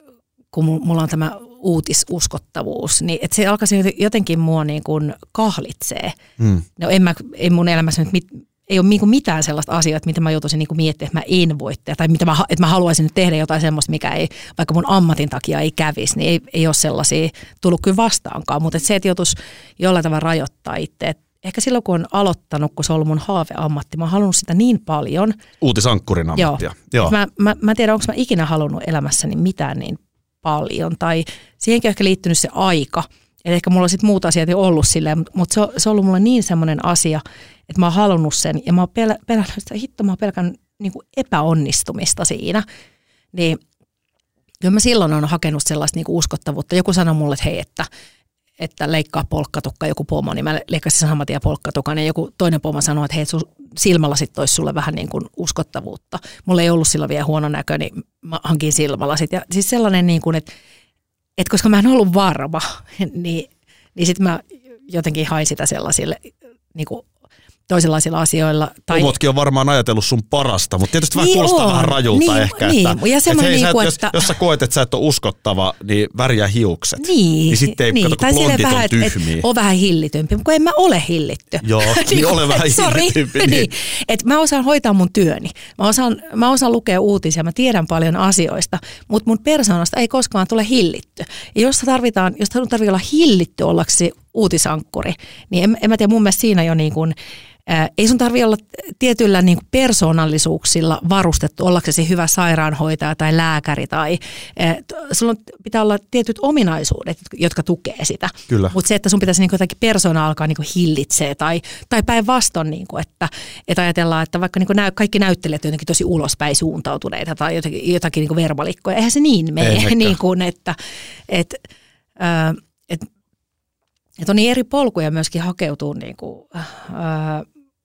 kun mulla on tämä uutisuskottavuus, niin että se alkaisi jotenkin mua niin kuin kahlitsee. Hmm. No en mä, ei mun elämässä nyt mit, ei ole mitään sellaista asiaa, mitä mä joutuisin niin kuin miettimään, että mä en voi tehdä, tai mitä mä, että mä haluaisin nyt tehdä jotain semmoista, mikä ei, vaikka mun ammatin takia ei kävisi, niin ei, ei ole sellaisia tullut kyllä vastaankaan, mutta että se, että joutuisi jollain tavalla rajoittaa itse. Ehkä silloin, kun on aloittanut, kun se on ollut mun haaveammatti, mä oon halunnut sitä niin paljon. Uutisankkurin ammattia. Joo. Joo. Mä, mä, mä tiedän, onko mä ikinä halunnut elämässäni mitään niin paljon, tai siihenkin on ehkä liittynyt se aika. Eli ehkä mulla on sitten muut asiat jo ollut silleen, mutta se on, se on ollut mulle niin semmoinen asia, että mä oon halunnut sen, ja mä oon pel- pelännyt sitä, hitto mä oon pelkän niin kuin epäonnistumista siinä. Niin kyllä mä silloin on hakenut sellaista niin kuin uskottavuutta. Joku sanoi mulle, että hei, että, että leikkaa polkkatukka joku pomo, niin mä leikkasin sen saman tien polkkatukan, ja joku toinen pomo sanoi, että hei, että sun silmälasit olisi sulle vähän niin kuin uskottavuutta. Mulla ei ollut silloin vielä huono näkö, niin mä hankin silmälasit. Ja siis sellainen, niin kuin, että, että koska mä en ollut varma, niin, niin sitten mä jotenkin hain sitä sellaisille niin kuin toisenlaisilla asioilla. Tai Pomotkin on varmaan ajatellut sun parasta, mutta tietysti niin vähän kuulostaa on. vähän rajulta niin, ehkä. Niin, että, ja että, hei, niin kuin, jos, että jos sä koet, että sä et ole uskottava, niin värjää hiukset. Niin, niin sitten ei niin. kato, kun blondit vähän, on tyhmiä. Et, et, on vähän hillitympi, mutta kun en mä ole hillitty. Joo, niin ole vähän hillitympi. Niin. niin. Et mä osaan hoitaa mun työni. Mä osaan, mä osaan lukea uutisia, mä tiedän paljon asioista, mutta mun persoonasta ei koskaan tule hillitty. Ja jos tarvitaan, jos tarvitsee olla hillitty ollaksi uutisankkuri, niin en, en mä tiedä, mun mielestä siinä jo niin kuin Ää, ei sun tarvitse olla tietyillä niin kuin persoonallisuuksilla varustettu ollaksesi hyvä sairaanhoitaja tai lääkäri. Tai, ää, sulla pitää olla tietyt ominaisuudet, jotka tukee sitä. Mutta se, että sun pitäisi niin kuin jotakin persoonaa alkaa niin kuin hillitsee tai, tai päinvastoin, niin kuin, että, että ajatellaan, että vaikka niin kuin näy, kaikki näyttelijät jotenkin tosi ulospäin suuntautuneita tai jotakin, jotakin niin kuin verbalikkoja. Eihän se niin mene, niin kuin, että et, ää, et, et on niin eri polkuja myöskin hakeutuu niin kuin, ää,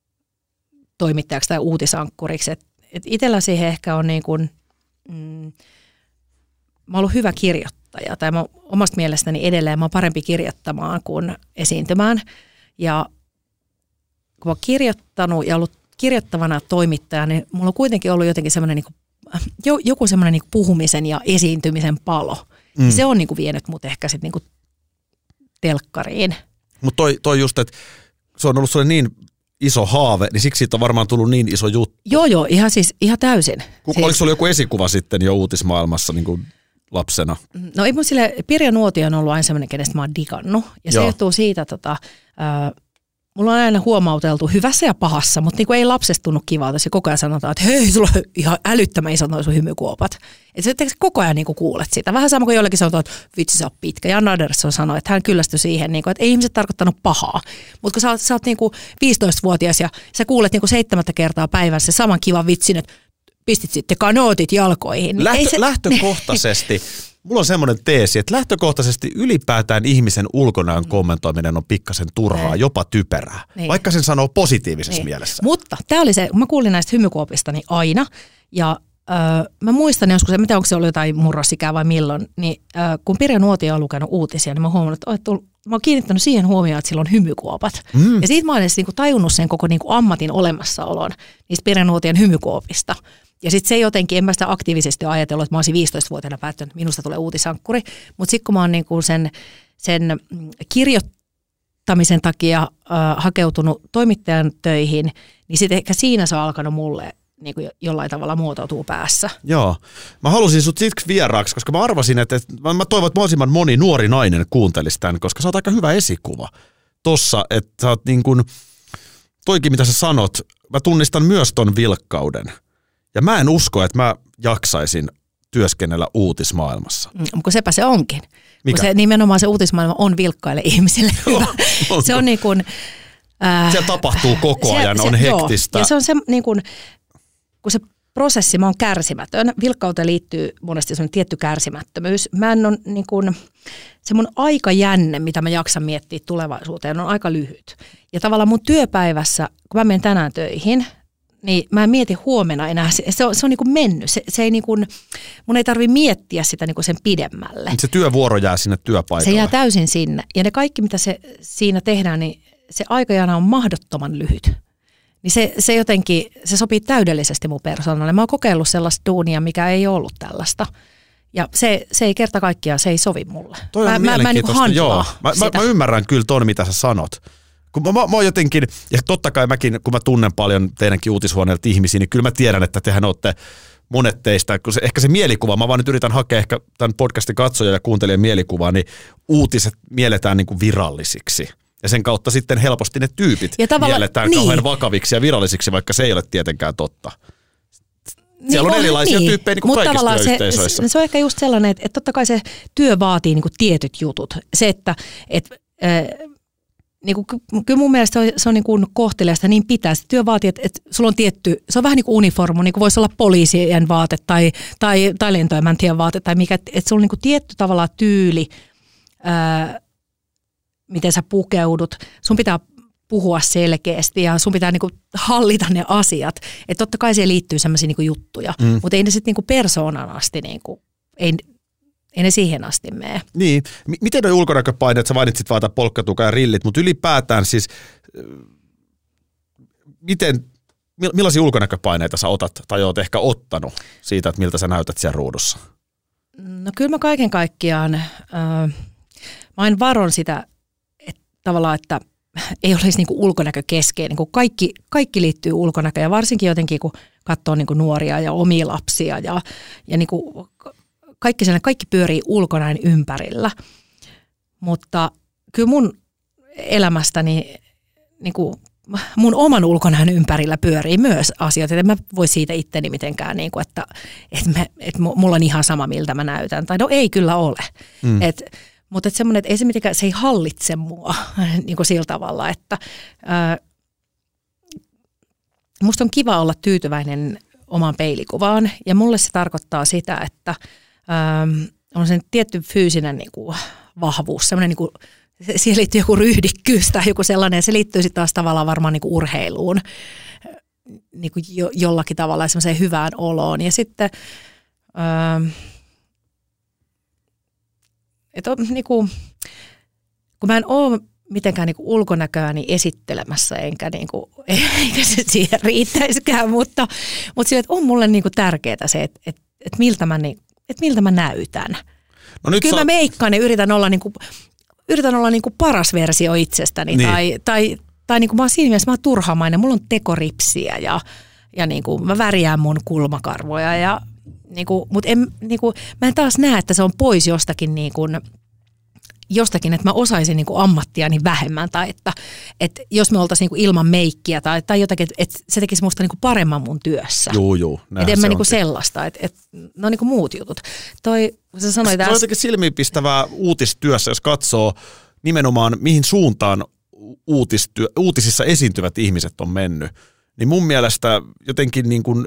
toimittajaksi tai uutisankkuriksi. Et, et itsellä siihen ehkä on niin kuin, mm, mä oon ollut hyvä kirjoittaja, tai mä omasta mielestäni edelleen mä oon parempi kirjoittamaan kuin esiintymään. Ja kun mä oon kirjoittanut ja ollut kirjoittavana toimittaja, niin mulla on kuitenkin ollut jotenkin semmoinen niin kuin, joku semmoinen niin kuin puhumisen ja esiintymisen palo. Mm. Se on niin kuin vienyt mut ehkä sitten niin kuin telkkariin. Mutta toi, toi just, että se on ollut sulle niin iso haave, niin siksi siitä on varmaan tullut niin iso juttu. Joo, joo, ihan siis ihan täysin. Ku, siis, oliko sulla joku esikuva sitten jo uutismaailmassa niin kuin lapsena? No ei mun sille, Pirjo Nuotio on ollut aina semmoinen, kenestä mä oon digannut. Ja se joo. johtuu siitä, tota, äh, mulla on aina huomauteltu hyvässä ja pahassa, mutta niin kuin ei lapsesta tunnu kivalta. Se koko ajan sanotaan, että hei, sulla on ihan älyttömän isot noi sun hymykuopat. Että sä koko ajan niin kuin kuulet sitä. Vähän sama kuin joillekin sanotaan, että vitsi sä oot pitkä. Janna Andersson sanoi, että hän kyllästyi siihen, niin kuin, että ei ihmiset tarkoittanut pahaa. Mutta kun sä oot, sä oot niin kuin viisitoistavuotias ja sä kuulet niin kuin seitsemättä kertaa päivässä saman kivan vitsin, että pistit sitten kanootit jalkoihin. Niin Lähtö, se, lähtökohtaisesti. Mulla on semmoinen teesi, että lähtökohtaisesti ylipäätään ihmisen ulkonäön kommentoiminen on pikkasen turhaa, niin. jopa typerää, niin. vaikka sen sanoo positiivisessa niin. mielessä. Mutta tämä oli se, mä kuulin näistä hymykuopista niin aina, ja öö, mä muistan joskus, en tiedä onko se ollut jotain murrosikää vai milloin, niin öö, kun Pirjo Nuotio on lukenut uutisia, niin mä oon huomannut, että oh, mä oon kiinnittänyt siihen huomioon, että sillä on hymykuopat. Mm. Ja siitä mä oon edes niinku tajunnut sen koko niinku ammatin olemassaolon niistä Pirjo Nuotion hymykuopista. Ja sitten se jotenkin, en mä sitä aktiivisesti ajatellut, että mä olisin viisitoistavuotiaana päättänyt, että minusta tulee uutisankkuri. Mutta sitten kun mä oon niinku sen, sen kirjoittamisen takia äh, hakeutunut toimittajan töihin, niin sitten ehkä siinä se on alkanut mulle niin kuin jollain tavalla muotoutuu päässä. Joo. Mä halusin sut siksi vieraaksi, koska mä arvasin, että, että mä toivon, että mahdollisimman moni nuori nainen kuuntelisi tämän, koska sä oot aika hyvä esikuva tossa, että sä oot niin kuin, toikin mitä sä sanot, mä tunnistan myös ton vilkkauden. Ja mä en usko, että mä jaksaisin työskennellä uutismaailmassa. Mm, kun sepä se onkin. Mikä? Kun se, nimenomaan se uutismaailma on vilkkaille ihmisille hyvä. Oh, se on niin kuin... Äh, se tapahtuu koko ajan, se, se, on hektistä. Joo. Ja se on se niin kuin... Kun se prosessi, mä oon kärsimätön. Vilkkauteen liittyy monesti semmoinen tietty kärsimättömyys. Mä en ole niin kuin, se mun aikajänne, mitä mä jaksan miettiä tulevaisuuteen, on aika lyhyt. Ja tavallaan mun työpäivässä, kun mä menen tänään töihin, niin mä en mieti huomenna enää. Se, se on, se on niin kuin mennyt. Se, se ei niin kuin, mun ei tarvitse miettiä sitä niin kuin sen pidemmälle. Se työvuoro jää sinne työpaikalle. Se jää täysin sinne. Ja ne kaikki, mitä se siinä tehdään, niin se aikajana on mahdottoman lyhyt. Niin se, se jotenkin, se sopii täydellisesti mun persoonalle. Mä oon kokeillut sellaista duunia, mikä ei ollut tällaista. Ja se, se ei kerta kaikkiaan, se ei sovi mulle. Toi on mä, mä, mä en niin joo. Mä, mä, mä ymmärrän kyllä ton, mitä sä sanot. Kun mä, mä, mä oon jotenkin, ja totta kai mäkin, kun mä tunnen paljon teidänkin uutishuoneelta ihmisiä, niin kyllä mä tiedän, että tehän ootte monet teistä, kun se, ehkä se mielikuva, mä vaan nyt yritän hakea ehkä tämän podcastin katsoja ja kuuntelijan mielikuvaa, niin uutiset mielletään niin kuin virallisiksi. Ja sen kautta sitten helposti ne tyypit mielletään niin kauhean vakaviksi ja virallisiksi, vaikka se ei ole tietenkään totta. Siellä niin on erilaisia niin tyyppejä niin kuin kaikissa työyhteisöissä. Se, se on ehkä just sellainen, että, että totta kai se työ vaatii niin kuin tietyt jutut. Se, että et, äh, niin kuin, kyllä mun mielestä se on, se on niin kuin kohteliasta, niin pitää. Se työ vaatii, että, että sulla on tietty, se on vähän niin kuin uniformu, niin kuin voisi olla poliisien vaate tai, tai, tai lentoemäntien vaate tai mikä, että, että sulla on niin kuin tietty tavallaan tyyli, äh, miten sä pukeudut. Sun pitää puhua selkeästi ja sun pitää niinku hallita ne asiat. Että totta kai siihen liittyy sellaisia niinku juttuja, mm. mutta ei ne sitten niinku persoonan asti, niinku, ei, ei ne siihen asti mene. Niin. M- miten nuo ulkonäköpaineet, sä mainitsit vaan polkkatuka ja rillit, mutta ylipäätään siis, miten, millaisia ulkonäköpaineita sä otat tai oot ehkä ottanut siitä, että miltä sä näytät siellä ruudussa? No kyllä mä kaiken kaikkiaan, äh, mä en varon sitä, tavallaan, että ei olisi niin kuin ulkonäkö keskeinen, niin kuin kaikki, kaikki liittyy ulkonäköön ja varsinkin jotenkin, kun katsoo niin kuin nuoria ja omia lapsia ja, ja niin kuin kaikki, kaikki pyörii ulkonäön ympärillä. Mutta kyllä mun elämästäni, niin kuin mun oman ulkonäön ympärillä pyörii myös asioita, että mä voi siitä itteni mitenkään, niin kuin, että, että, mä, että mulla on ihan sama, miltä mä näytän. Tai no ei kyllä ole. Mm. Että Mutta semmoinen, että ei se mitenkään, se ei hallitse mua niin kuin sillä tavalla, että ää, musta on kiva olla tyytyväinen omaan peilikuvaan ja mulle se tarkoittaa sitä, että ää, on sen tietty fyysinen niin kuin vahvuus, semmoinen niin kuin, siihen liittyy joku ryhdikkyys tai joku sellainen ja se liittyy sitten taas tavallaan varmaan niin kuin urheiluun niin kuin jo, jollakin tavalla semmoiseen hyvään oloon ja sitten ää, Että on, niin kuin, kun mä en ole mitenkään niin kuin ulkonäköäni esittelemässä, enkä, niin kuin, eikä se siihen riittäisikään, mutta, mutta sille, että on mulle niin kuin tärkeää se, että, että, että, miltä mä, niin, että miltä mä näytän. No nyt Kyllä sä... mä meikkaan ja yritän olla, niin kuin, yritän olla niin kuin paras versio itsestäni, niin. tai, tai, tai niin kuin mä oon siinä mielessä, mä oon turhamainen, mulla on tekoripsiä ja, ja niin kuin mä värjään mun kulmakarvoja ja Niinku, mutta en, niinku, mä en taas näe, että se on pois jostakin, niinku, jostakin että mä osaisin niinku ammattiani vähemmän tai että, että jos me oltaisiin niinku ilman meikkiä tai, tai jotakin, että, että se tekisi musta niinku paremman mun työssä. Juu, juu. Että en mä niinku sellaista, että, että ne on niinku muut jutut. Toi, sä sanoit se on jotenkin silmiinpistävää uutistyössä, jos katsoo nimenomaan mihin suuntaan uutistyö, uutisissa esiintyvät ihmiset on mennyt. Niin mun mielestä jotenkin niin kuin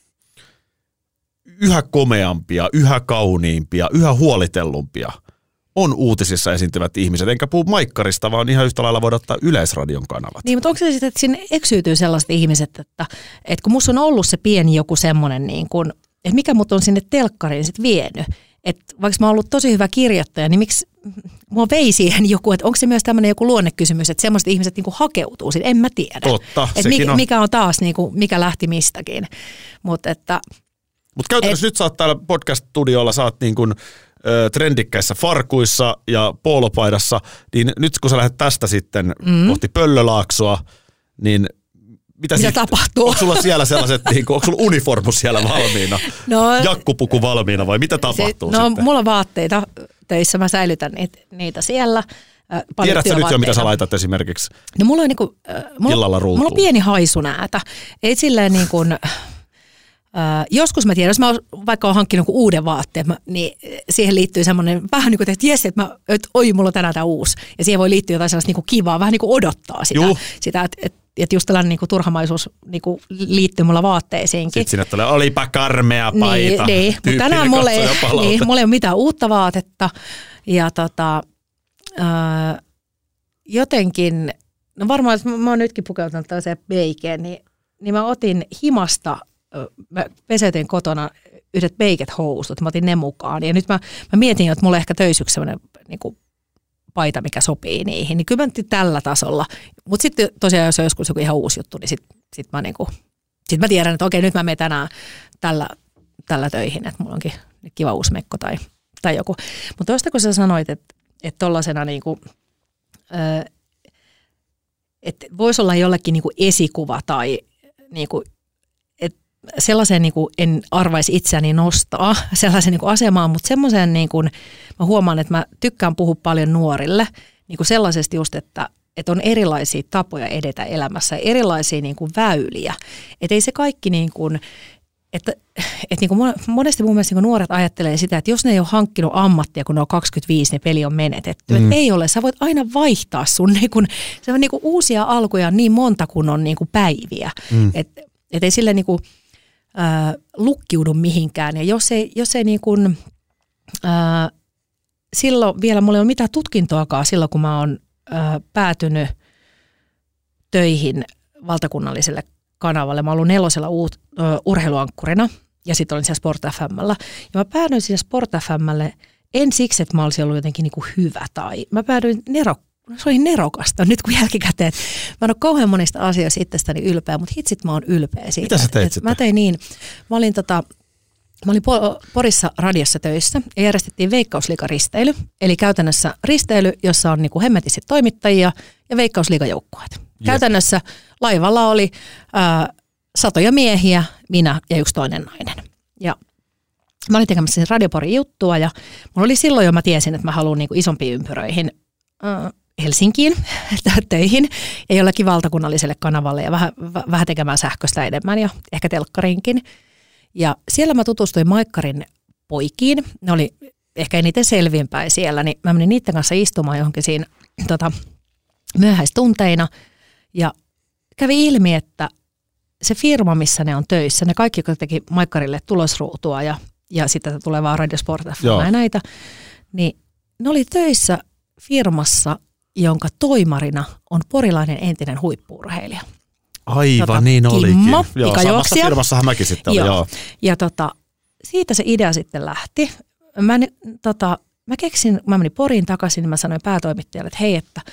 yhä komeampia, yhä kauniimpia, yhä huolitellumpia on uutisissa esiintyvät ihmiset. Enkä puhu maikkarista, vaan ihan yhtä lailla voidaan ottaa Yleisradion kanavat. Niin, mutta onko se sitten, että sinne eksyytyy sellaiset ihmiset, että, että kun musta on ollut se pieni joku semmoinen, niin kuin, että mikä mut on sinne telkkariin sitten vienyt. Että vaikka mä oon ollut tosi hyvä kirjoittaja, niin miksi mua vei siihen joku, että onko se myös tämmöinen joku luonnekysymys, että semmoiset ihmiset niin kuin hakeutuu siihen, en mä tiedä. Totta, että mikä on. mikä on taas, niin kuin, mikä lähti mistäkin. Mutta että Mutta käytännössä Et... nyt sä oot täällä podcast-studiolla, sä oot niin kuin trendikkäissä farkuissa ja poolopaidassa, niin nyt kun sä lähdet tästä sitten mm. kohti Pöllölaaksoa, niin mitä, mitä sit, tapahtuu? Onko sulla siellä sellaiset, niin kuin, onko sulla uniformu siellä valmiina, no, jakkupuku valmiina vai mitä tapahtuu se, no, sitten? Mulla on vaatteita töissä, mä säilytän niitä, niitä siellä. Tiedätkö nyt jo, mitä sä laitat esimerkiksi no, mulla on niinku, äh, mulla, illalla ruutuun? Mulla on pieni haisunäätä. Ei silleen niin kuin... Uh, joskus mä tiedän, jos mä vaikka oon hankkinut uuden vaatteen, mä, niin siihen liittyy semmoinen vähän niin kuin, että jes, että, mä, että oi, mulla on tänään tämä uusi. Ja siihen voi liittyä jotain sellaista niin kuin kivaa, vähän niin kuin odottaa sitä, sitä että et, et just tällainen niin kuin turhamaisuus niin kuin liittyy mulla vaatteisiinkin. Sitten sinne tulee, olipa karmea paita. Niin, niin. Mutta tänään mulla ei, niin, mulla ei ole mitään uutta vaatetta. Ja tota, uh, jotenkin, no varmaan, että mä, mä oon nytkin pukeutunut tällaiseen beikeen, niin, niin mä otin himasta, mä peseytin kotona yhdet beiket housut, mä otin ne mukaan. Ja nyt mä, mä mietin, että mulla ehkä töisyksi sellainen niin kuin paita, mikä sopii niihin. Niin kyllä mä nyt tällä tasolla. Mutta sitten tosiaan, jos on joskus joku ihan uusi juttu, niin sitten sit mä, niin kuin, sit mä tiedän, että okei, nyt mä menen tänään tällä, tällä töihin, että mulla onkin kiva uusi mekko tai, tai joku. Mutta tuosta kun sä sanoit, että että tollasena niin kuin, ö, että voisi olla jollekin niin kuin esikuva tai niin kuin, sellaisen niin kuin en arvaisi itseäni nostaa sellaisen niin kuin asemaan, mutta semmoisen niin kuin mä huomaan, että mä tykkään puhua paljon nuorille niin kuin sellaisesti just, että, että on erilaisia tapoja edetä elämässä, erilaisia niin kuin väyliä. Että ei se kaikki niin kuin, että, että niin kuin monesti mun mielestä niin kuin nuoret ajattelee sitä, että jos ne ei ole hankkinut ammattia, kun ne on kaksikymmentäviisi, niin peli on menetetty. Mm. Että ei ole, sä voit aina vaihtaa sun niin kuin, se on niin kuin uusia alkuja niin monta kuin on niin kuin päiviä. Mm. Että et ei sille niin kuin Äh, lukkiudu mihinkään. Ja jos ei, jos ei niin kuin, äh, silloin vielä, mulla ei ole mitään tutkintoakaan silloin, kun mä oon äh, päätynyt töihin valtakunnalliselle kanavalle. Mä oon ollut nelosella uut, uh, urheiluankkurina ja sitten olin siellä Sport F M:llä. Ja mä päädyin sinne Sport F M:lle en siksi, että mä olisin ollut jotenkin niin kuin hyvä tai mä päädyin nerokkaan. Se oli nerokasta nyt kun jälkikäteen. Mä en ole kauhean monista asioista itsestäni ylpeä, mutta hitsit mä oon ylpeä siitä. Mitä sä teit sitten? Mä tein niin. Mä olin, tota, mä olin Porissa radiossa töissä ja järjestettiin Veikkausliiga-risteily. Eli käytännössä risteily, jossa on niinku hemmetisti toimittajia ja Veikkausliigajoukkueet. Käytännössä laivalla oli äh, satoja miehiä, minä ja yksi toinen nainen. Ja mä olin tekemässä sen Radioporin juttua ja mulla oli silloin jo, mä tiesin, että mä haluan niinku isompiin ympyröihin äh, Helsinkiin töihin ja jollakin valtakunnalliselle kanavalle ja vähän, vähän tekemään sähköstä enemmän ja ehkä telkkarinkin. Ja siellä mä tutustuin Maikkarin poikiin. Ne oli ehkä eniten selviinpäin siellä, niin mä menin niiden kanssa istumaan johonkin siinä tota, myöhäistunteina. Ja kävi ilmi, että se firma, missä ne on töissä, ne kaikki, jotka teki Maikkarille tulosruutua ja, ja sitten tulevaa Radiosport ja näitä, niin ne oli töissä firmassa, jonka toimarina on porilainen entinen huippu-urheilija. Aivan, tota, niin olikin. Kimmo, joo, samassa firmassahan mäkin sitten olin, joo. joo. Ja tota, siitä se idea sitten lähti. Mä, tota, mä keksin, mä menin Poriin takaisin, niin mä sanoin päätoimittajalle, että hei, että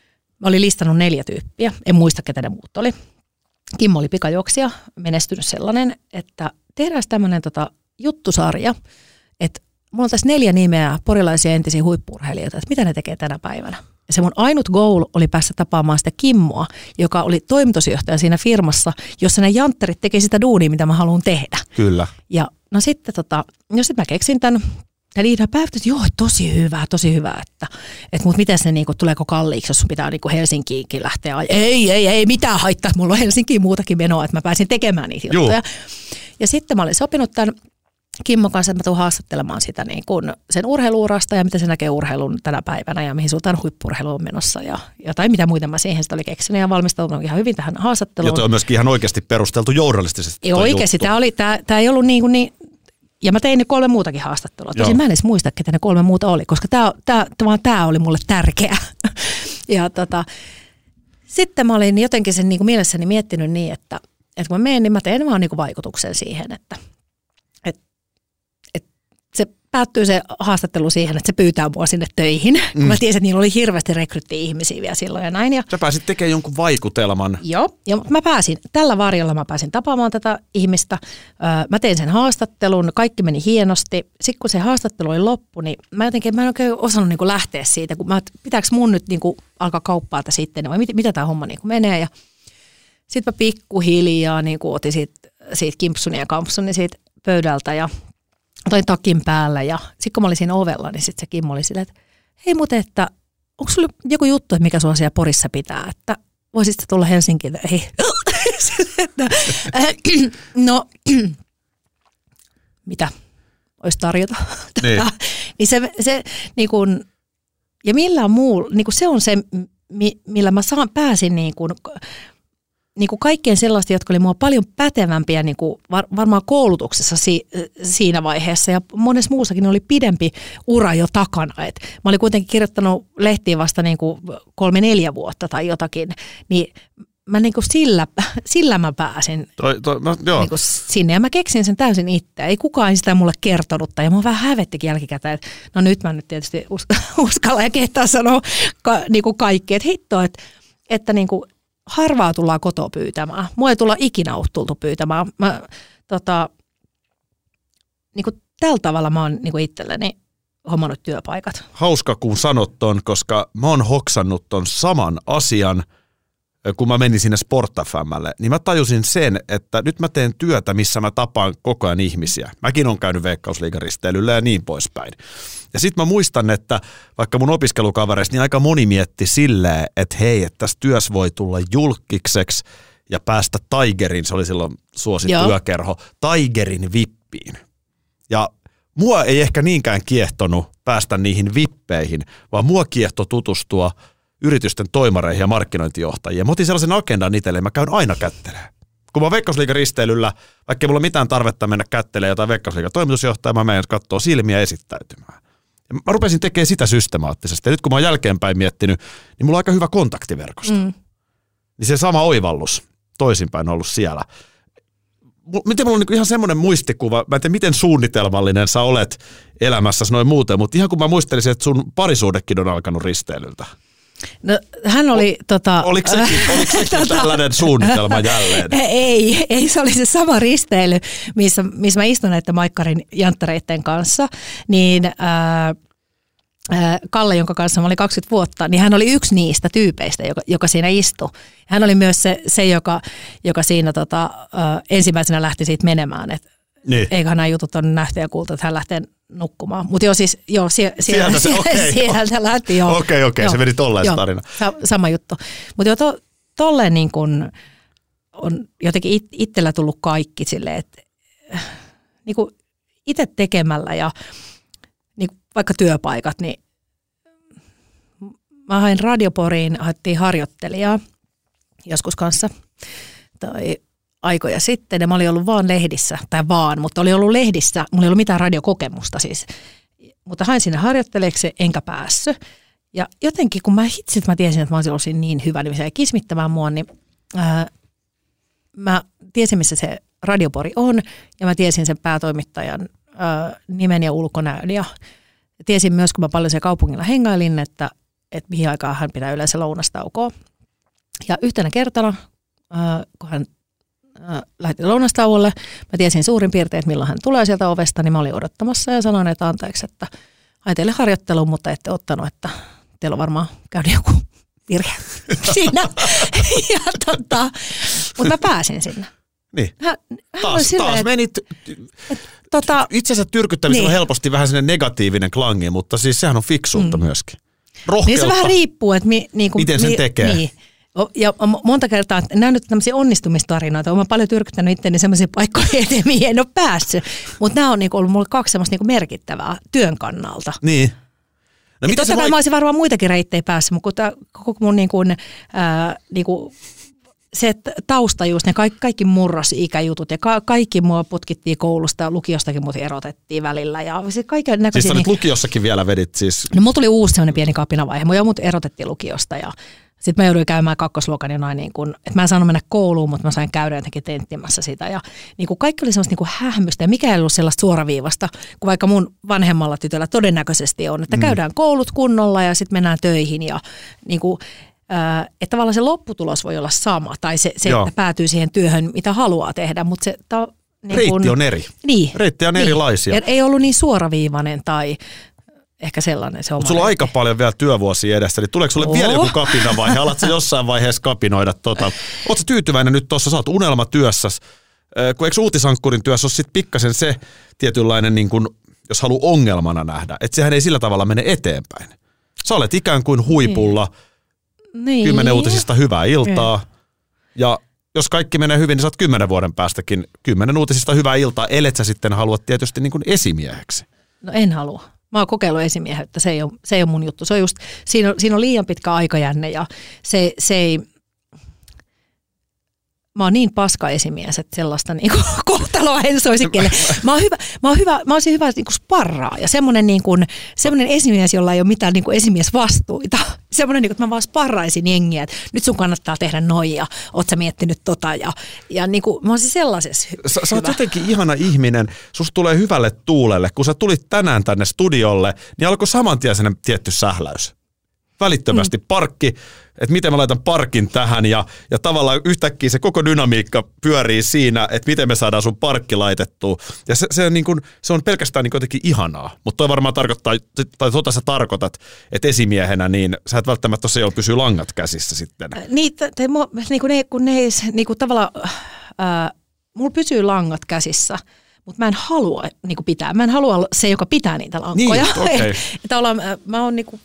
mä olin listannut neljä tyyppiä, en muista ketä ne muut oli. Kimmo oli pikajuoksija, menestynyt sellainen, että tehdään tämmöinen tota, juttusarja, että mulla on tässä neljä nimeä porilaisia entisiä huippu-urheilijoita, että mitä ne tekee tänä päivänä. Ja se mun ainut goal oli päästä tapaamaan sitä Kimmoa, joka oli toimitusjohtaja siinä firmassa, jossa ne jantterit teki sitä duunia, mitä mä haluan tehdä. Kyllä. Ja no sitten tota, no sit mä keksin tämän, ja Liina päivitti, että joo, tosi hyvä, tosi hyvä, että, että mut miten se niinku, tuleeko kalliiksi, jos sun pitää niinku Helsinkiinkin lähteä. Ei, ei, ei mitään haittaa, että mulla on Helsinkiin muutakin menoa, että mä pääsin tekemään niitä juttuja. Joo. Ja sitten mä olin sopinut tämän Kimmo kanssa, että mä tuun haastattelemaan sitä niin kuin sen urheiluurasta ja miten se näkee urheilun tänä päivänä ja mihin suuntaan huippu-urheilu on menossa ja jotain, mitä muita mä siihen sitä oli keksinyt ja valmistautunut ihan hyvin tähän haastatteluun. Ja toi on myöskin ihan oikeasti perusteltu journalistisesti. Ei oikeasti, tämä oli, tämä, tämä ei ollut niin kuin niin, ja mä tein ne kolme muutakin haastattelua. Tosin mä en edes muista, ketä ne kolme muuta oli, koska tämä, tämä, tämä, tämä oli mulle tärkeä. Ja tota, sitten mä olin jotenkin sen niin kuin mielessäni miettinyt niin, että, että kun mä menen, niin mä teen vaan niin kuin vaikutuksen siihen, että päättyy se haastattelu siihen, että se pyytää mua sinne töihin. Mm. Kun mä tiesin, että niillä oli hirveästi rekrytti-ihmisiä vielä silloin ja näin. Ja sä pääsit tekemään jonkun vaikutelman. Joo, ja mä pääsin, tällä varjolla mä pääsin tapaamaan tätä ihmistä. Mä tein sen haastattelun, kaikki meni hienosti. Sitten kun se haastattelu oli loppu, niin mä jotenkin, mä en oikein osannut niin kuin lähteä siitä, kun mä, pitääkö mun nyt niin kuin alkaa kauppaata sitten, vai mit, mitä tämä homma niin kuin menee. Ja sitten mä pikkuhiljaa niin kuin otin siitä, siitä kimpsuni ja kampsuni siitä pöydältä ja otin takin päällä. Ja sitten kun mä olin siinä ovella, niin sitten se Kimmo oli silleen, että hei muuten, että onko sulla joku juttu, että mikä sua siellä Porissa pitää, että voisitko tulla Helsinkiin? Ei. No, mitä olisi tarjota? Niin. niin se, se niin kuin, ja millään muulla, niin kuin se on se, millä mä saan, pääsin niin kuin, niin kuin kaikkien sellaista, jotka oli mua paljon pätevämpiä niin kuin var, varmaan koulutuksessa si, siinä vaiheessa ja monessa muussakin oli pidempi ura jo takana. Et mä olin kuitenkin kirjoittanut lehtiin vasta niin kuin kolme neljä vuotta tai jotakin, niin mä niin kuin sillä, sillä mä pääsin toi, toi, no, joo. Niin kuin sinne ja mä keksin sen täysin itse. Ei kukaan sitä mulle kertonut ja mä vähän hävettikin jälkikäteen, että no nyt mä nyt tietysti uskalla ja kehtaa sanoa ka, niin kuin kaikki, että hitto, että, että niin kuin harvaa tullaan kotoa pyytämään. Mua ei tulla ikinä tultu pyytämään. Mä, tota, niin kuin tällä tavalla mä oon niin kuin itselleni hommannut työpaikat. Hauska kun sanot ton, koska mä oon hoksannut ton saman asian, kun mä menin sinne Sport F M:lle, niin mä tajusin sen, että nyt mä teen työtä, missä mä tapaan koko ajan ihmisiä. Mäkin oon käynyt Veikkausliigaristeilyllä ja niin poispäin. Ja sit mä muistan, että vaikka mun opiskelukavereista, niin aika moni mietti silleen, että hei, että tässä työssä voi tulla julkikseksi ja päästä Tigerin, se oli silloin suosittu yökerho, Tigerin vippiin. Ja mua ei ehkä niinkään kiehtonut päästä niihin vippeihin, vaan mua kiehto tutustua yritysten toimareihin ja markkinointijohtajia. Mä otin sellaisen agendan itselleen, mä käyn aina kättelemään. Kun mä oon Veikkausliigaristeilyllä, vaikka ei mulla mitään tarvetta mennä kättelemään jotain Veikkausliigan toimitusjohtajaa, mä menen kattoo silmiä esittäytymään. Ja mä rupesin tekemään sitä systemaattisesti. Ja nyt kun mä oon jälkeenpäin miettinyt, niin mulla on aika hyvä kontaktiverkosto. Mm. Niin se sama oivallus toisinpäin on ollut siellä. Miten mulla on niin ihan semmoinen muistikuva, mä en tiedä miten suunnitelmallinen sä olet elämässäsi noin muuten, mutta ihan kun mä muistelisin, että sun parisuudekin on alkanut risteilyltä. No, hän oli... O, tota, oliko sekin, oliko sekin tota, tällainen suunnitelma jälleen? Ei, ei, se oli se sama risteily, missä, missä mä istun näiden Maikkarin janttareiden kanssa, niin ää, ää, Kalle, jonka kanssa mä olin kaksikymmentä vuotta, niin hän oli yksi niistä tyypeistä, joka, joka siinä istui. Hän oli myös se, se joka, joka siinä tota, ää, ensimmäisenä lähti siitä menemään, että niin. Eiköhän nämä jutut on nähty ja kuultu, että hän lähtee nukkumaan. Mutta joo, siis joo, sie, sie, sieltä, se, okay, sieltä lähti. Okei, okei, okay, okay, se meni tolleen se tarina. Sa, sama juttu. Mutta joo, to, tolleen niin kun on jotenkin it, itsellä tullut kaikki silleen, että niin kun itse tekemällä ja niin vaikka työpaikat, niin mä hain Radioporiin, haettiin harjoittelijaa joskus kanssa. Tai aikoja sitten, ja mä olin ollut vaan lehdissä, tai vaan, mutta oli ollut lehdissä, mulla ei ollut mitään radiokokemusta siis, mutta hain sinne harjoittelijaksi, enkä päässyt. Ja jotenkin, kun mä hitsit, mä tiesin, että mä olisin ollut siinä niin hyvä, niin se ei kismittämään mua, niin ää, mä tiesin, missä se Radiopori on, ja mä tiesin sen päätoimittajan ää, nimen ja ulkonäön, ja tiesin myös, kun mä paljon siellä kaupungilla hengailin, että, että mihin aikaan hän pitää yleensä lounastaukoa. Ja yhtenä kertana, ää, kun hän lähdin lounastauolle. Mä tiesin suurin piirtein, että milloin hän tulee sieltä ovesta, niin mä olin odottamassa ja sanoin, että anteeksi, että hain teille harjoitteluun, mutta ette ottanut, että teillä on varmaan käynyt joku virhe siinä. ja tota, mutta mä pääsin sinne. Niin. Hän, taas, silleen, taas menit. Et, tota, itse asiassa tyrkyttämisen niin. on helposti vähän sellainen negatiivinen klangi, mutta siis sehän on fiksuutta mm. myöskin. Rohkeutta. Niin se vähän riippuu, että mi, niin kuin, miten sen mi, tekee. Niin. Ja monta kertaa nämä nyt tämmöisiä onnistumistarinoita. Olen paljon tyrkyttänyt itteni sellaisia paikkoja eteen, mihin en ole päässyt. Mutta nämä on niinku ollut mulle kaksi semmoista niinku merkittävää työn kannalta. Niin. No, totta kai vai... mä olisin varmaan muitakin reittejä päässyt, mutta tämä koko mun niinku, ää, niinku, se tausta just, ne kaikki, kaikki murrosikäjutut ja ka, kaikki mua putkittiin koulusta ja lukiostakin mut erotettiin välillä. Ja kaiken näköisiä, siis niin, lukiossakin vielä vedit siis? No mulla tuli uusi sellainen pieni kapinavaihe. Mua mut erotettiin lukiosta ja Sitten mä jouduin käymään kakkosluokan jonain, niin kun, että mä en saanut mennä kouluun, mutta mä sain käydä jotenkin tenttimässä sitä. Ja niin kuin kaikki oli semmoista niin kuin hähmystä ja mikä ei ollut sellaista suoraviivasta, kun vaikka mun vanhemmalla tytöllä todennäköisesti on, että mm. käydään koulut kunnolla ja sitten mennään töihin. Ja niin kuin, äh, että tavallaan se lopputulos voi olla sama tai se, se että päätyy siihen työhön, mitä haluaa tehdä, mutta se... Ta, niin Reitti kun, on eri. Niin. Reitti on niin. erilaisia. Ja ei ollut niin suoraviivainen tai... Ehkä sellainen se on. Mutta sulla on aika paljon vielä työvuosia edessä, niin tuleeko sulle oh. vielä joku kapinavaihe? Alatko sä jossain vaiheessa kapinoida tota? Ootko sä tyytyväinen nyt tuossa, sä oot unelmatyössä, kun eikö uutisankkurin työssä ole sitten pikkasen se tietynlainen, niin kun, jos haluaa ongelmana nähdä, että sehän ei sillä tavalla mene eteenpäin. Sä olet ikään kuin huipulla, niin. kymmenen uutisista hyvää iltaa, niin. ja jos kaikki menee hyvin, niin sä oot kymmenen vuoden päästäkin kymmenen uutisista hyvää iltaa, ellet sä sitten halua tietysti niin kuin esimieheksi. No en halua. Mä oon kokeillut esimieheyttä, se ei ole, se ei ole mun juttu. Se on just, siinä, on, siinä on liian pitkä aikajänne ja se, se ei, mä oon niin paska esimies, että sellaista niinku kohtaloa en soisi kelle. Mä oon hyvä, mä oon hyvä, mä oon hyvä niinku sparraa ja semmoinen niinku, semmoinen esimies, jolla ei ole mitään niinku esimiesvastuita. Semmoinen, niinku, että mä vaan sparraisin jengiä, että nyt sun kannattaa tehdä noin ja oot sä miettinyt tota ja, ja niinku, mä oon siis sellaisessa hy- sä, sä oot jotenkin ihana ihminen, susta tulee hyvälle tuulelle. Kun sä tulit tänään tänne studiolle, niin alkoi saman tien sellainen tietty sähläys. Välittömästi mm. parkki, että miten mä laitan parkin tähän ja, ja tavallaan yhtäkkiä se koko dynamiikka pyörii siinä, että miten me saadaan sun parkki laitettua. Ja se, se, on, niin kuin, se on pelkästään niin jotenkin ihanaa, mutta toi varmaan tarkoittaa, tai tota sä tarkoitat, että esimiehenä niin sä et välttämättä tosiaan ole pysyä langat käsissä sitten. Niin, te, te, niin kuin ne, kun ne ei, niin kuin tavallaan, äh, mulla pysyy langat käsissä. Mutta mä en halua niin kuin pitää, mä en halua olla se, joka pitää niitä lankoja. Niin, okei. Okay. Mä oon niinku...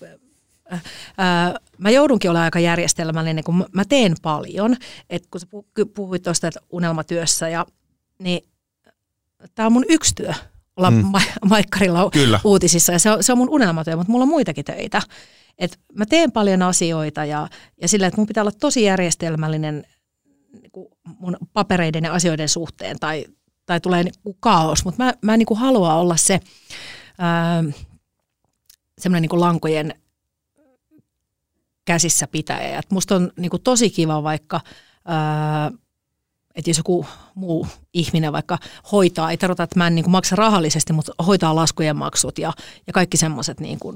Mä joudunkin olemaan aika järjestelmällinen, kun mä teen paljon. Et kun sä puhuit tuosta unelmatyössä, ja, niin tämä on mun yksi työ olla mm. ma- maikkarilla Kyllä. uutisissa. Ja se on, se on mun unelmatyö, mutta mulla on muitakin töitä. Et mä teen paljon asioita ja, ja sillä, että mun pitää olla tosi järjestelmällinen niin kuin mun papereiden ja asioiden suhteen tai, tai tulee niin kuin kaos. Mutta mä, mä en niin kuin halua olla se ää, semmoinen niin kuin lankojen käsissä pitäjä. Et musta on niinku tosi kiva vaikka, että jos joku muu ihminen vaikka hoitaa, ei tarkoita, että mä en niinku maksa rahallisesti, mutta hoitaa laskujen maksut ja, ja kaikki semmoiset niinku,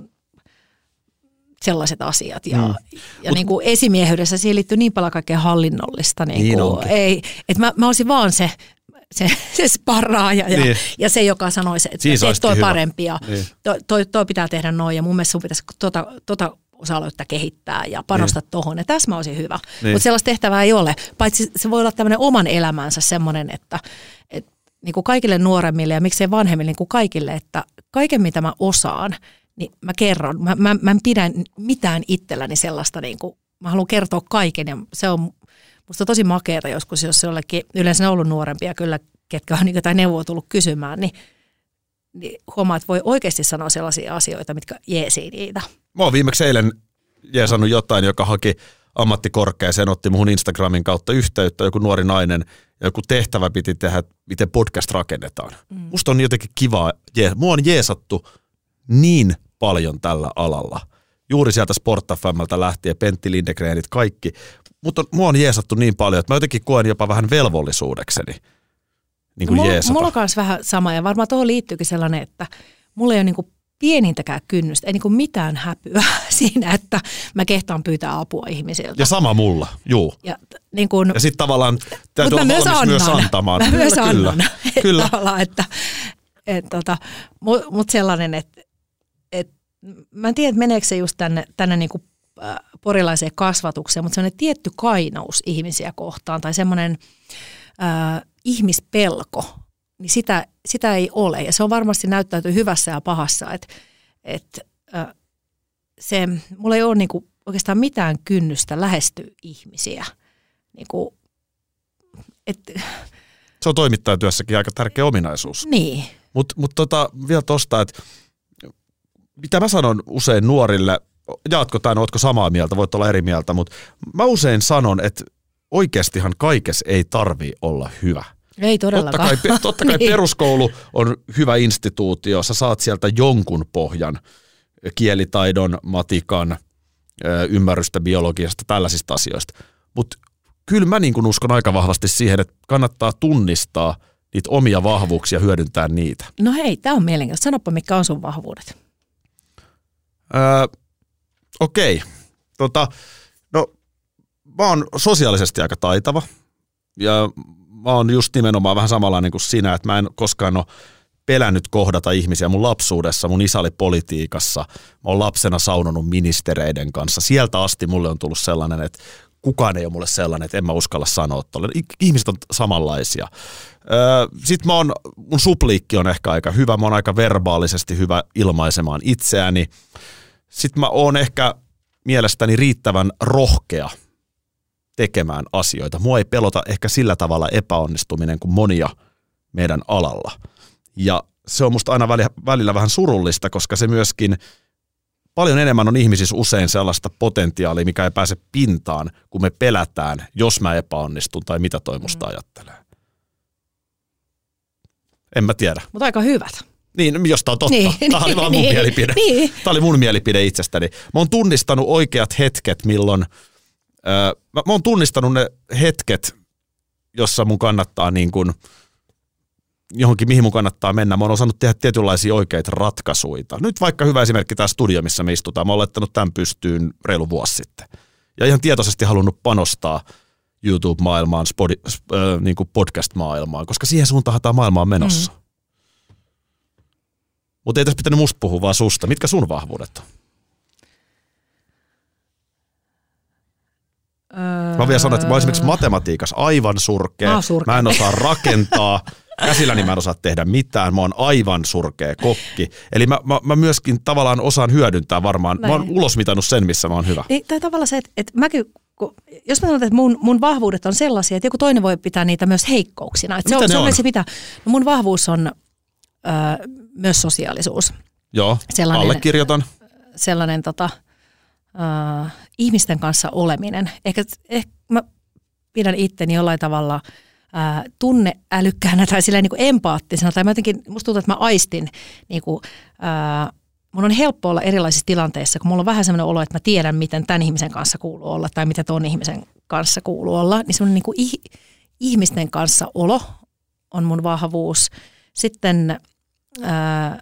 sellaiset asiat. Ja, mm. ja Mut, niinku esimiehyydessä siihen liittyy niin paljon kaikkea hallinnollista. Niinku, niin ei, et mä, mä olisin vaan se, se, se sparraaja ja, niin. ja se, joka sanoisi, että siis toi hyvä. Parempi ja niin. toi, toi, toi pitää tehdä noin ja mun mielestä sun pitäisi tota, tota osa-aluetta kehittää ja panostaa niin. tohon. Ja tässä mä olisin hyvä. Niin. Mutta sellaista tehtävää ei ole. Paitsi se voi olla tämmöinen oman elämänsä semmoinen, että et, niin kuin kaikille nuoremmille ja miksei vanhemmille, niin kuin kaikille, että kaiken mitä mä osaan, niin mä kerron. Mä, mä, mä en pidä mitään itselläni sellaista, niin kuin, mä haluan kertoa kaiken ja se on musta tosi makeata joskus, jos se jollekin, yleensä ne on ollut nuorempia kyllä, ketkä on niin jotain neuvoa tullut kysymään, niin, niin huomaa, että voi oikeasti sanoa sellaisia asioita, mitkä jeesii niitä. Mä oon viimeksi eilen jeesannut jotain, joka haki ammattikorkeaseen, otti muhun Instagramin kautta yhteyttä, joku nuori nainen, ja joku tehtävä piti tehdä, miten podcast rakennetaan. Mm. Musta on jotenkin kivaa, mua on jeesattu niin paljon tällä alalla. Juuri sieltä Sport F M:ltä lähtien, Pentti Lindegrenit, kaikki. Mutta mua on jeesattu niin paljon, että mä jotenkin koen jopa vähän velvollisuudekseni niin kuin mulla, jeesata. Mulla on myös vähän sama, ja varmaan tuohon liittyykin sellainen, että mulla ei ole niin kuin pienintäkään kynnystä, ei niin kuin mitään häpyä siinä, että mä kehtaan pyytää apua ihmisiltä. Ja sama mulla, juu. Ja, niin kun, ja sitten tavallaan täytyy olla valmis myös, myös antamaan. Mä kyllä, myös kyllä. annan. Kyllä. Tavallaan, että, et, tota, mutta mut sellainen, että et, mä en tiedä, että meneekö se just tänne, tänne niin kuin, äh, porilaiseen kasvatukseen, mutta sellainen tietty kainaus ihmisiä kohtaan tai semmoinen äh, ihmispelko, niin sitä, sitä ei ole. Ja se on varmasti näyttäytyy hyvässä ja pahassa. Että et, äh, se, mulla ei ole niinku oikeastaan mitään kynnystä lähestyä ihmisiä. Niinku, et, se on toimittajatyössäkin aika tärkeä ominaisuus. Niin. Mutta mut tota, vielä tosta, että mitä mä sanon usein nuorille, jaatko tai ootko samaa mieltä, voit olla eri mieltä, mutta mä usein sanon, että oikeastihan kaikessa ei tarvii olla hyvä. Ei todellakaan. Totta kai, totta kai niin. Peruskoulu on hyvä instituutio, sä saat sieltä jonkun pohjan, kielitaidon, matikan, ymmärrystä biologiasta, tällaisista asioista. Mutta kyllä mä niin kun uskon aika vahvasti siihen, että kannattaa tunnistaa niitä omia vahvuuksia ja hyödyntää niitä. No hei, tää on mielenkiintoista. Sanoppa, mitkä on sun vahvuudet. Öö, Okei. Okay. Tota, no, mä oon sosiaalisesti aika taitava. Ja mä oon just nimenomaan vähän samanlainen kuin sinä, että mä en koskaan ole pelännyt kohdata ihmisiä mun lapsuudessa. Mun isä oli politiikassa. Mä oon lapsena saunonut ministereiden kanssa. Sieltä asti mulle on tullut sellainen, että kukaan ei ole mulle sellainen, että en mä uskalla sanoa tolle. Ihmiset on samanlaisia. Sitten mä oon, mun supliikki on ehkä aika hyvä. Mä oon aika verbaalisesti hyvä ilmaisemaan itseäni. Sitten mä oon ehkä mielestäni riittävän rohkea tekemään asioita. Mua ei pelota ehkä sillä tavalla epäonnistuminen kuin monia meidän alalla. Ja se on musta aina välillä vähän surullista, koska se myöskin paljon enemmän on ihmisissä usein sellaista potentiaalia, mikä ei pääse pintaan, kun me pelätään, jos mä epäonnistun tai mitä toi musta ajattelee. En mä tiedä. Mutta aika hyvät. Niin, jos tää on totta. Niin, Tämä oli vaan mun niin, mielipide. Niin. Tämä oli mun mielipide itsestäni. Mä oon tunnistanut oikeat hetket, milloin... Öö, mä, mä oon tunnistanut ne hetket, jossa mun kannattaa niin kuin... johonkin, mihin mun kannattaa mennä. Mä oon osannut tehdä tietynlaisia oikeita ratkaisuja. Nyt vaikka hyvä esimerkki tämä studio, missä me istutaan. Mä oon laittanut tämän pystyyn reilu vuosi sitten. Ja ihan tietoisesti halunnut panostaa YouTube-maailmaan, spodi, äh, niin kuin podcast-maailmaan, koska siihen suuntaan tämä maailma on menossa. Mm. Mutta ei tässä pitänyt musta puhua, vaan susta. Mitkä sun vahvuudet on? Öö... Mä vielä sanon, että mä oon esimerkiksi matematiikassa aivan surkea. Mä, surkea. Mä en osaa rakentaa. Käsilläni mä en osaa tehdä mitään. Mä oon aivan surkea kokki. Eli mä, mä, mä myöskin tavallaan osaan hyödyntää varmaan. Näin. Mä oon ulosmitannut sen, missä mä oon hyvä. Niin, tai tavallaan se, että, että mäkin, kun, jos mä sanon, että mun, mun vahvuudet on sellaisia, että joku toinen voi pitää niitä myös heikkouksina. Että se on, se on? Se mitä? No mun vahvuus on ö, myös sosiaalisuus. Joo, sellainen, allekirjoitan. Sellainen tota, ö, ihmisten kanssa oleminen. Ehkä, ehkä mä pidän itteni jollain tavalla ää, tunneälykkäänä tai silleen niin kuin empaattisena. Tai mä jotenkin, musta tuntuu, että mä aistin, niin kuin, ää, mun on helppo olla erilaisissa tilanteissa, kun mulla on vähän sellainen olo, että mä tiedän, miten tämän ihmisen kanssa kuuluu olla tai mitä ton ihmisen kanssa kuuluu olla. Niin semmoinen niin kuin ih- ihmisten kanssa olo on mun vahvuus. Sitten ää,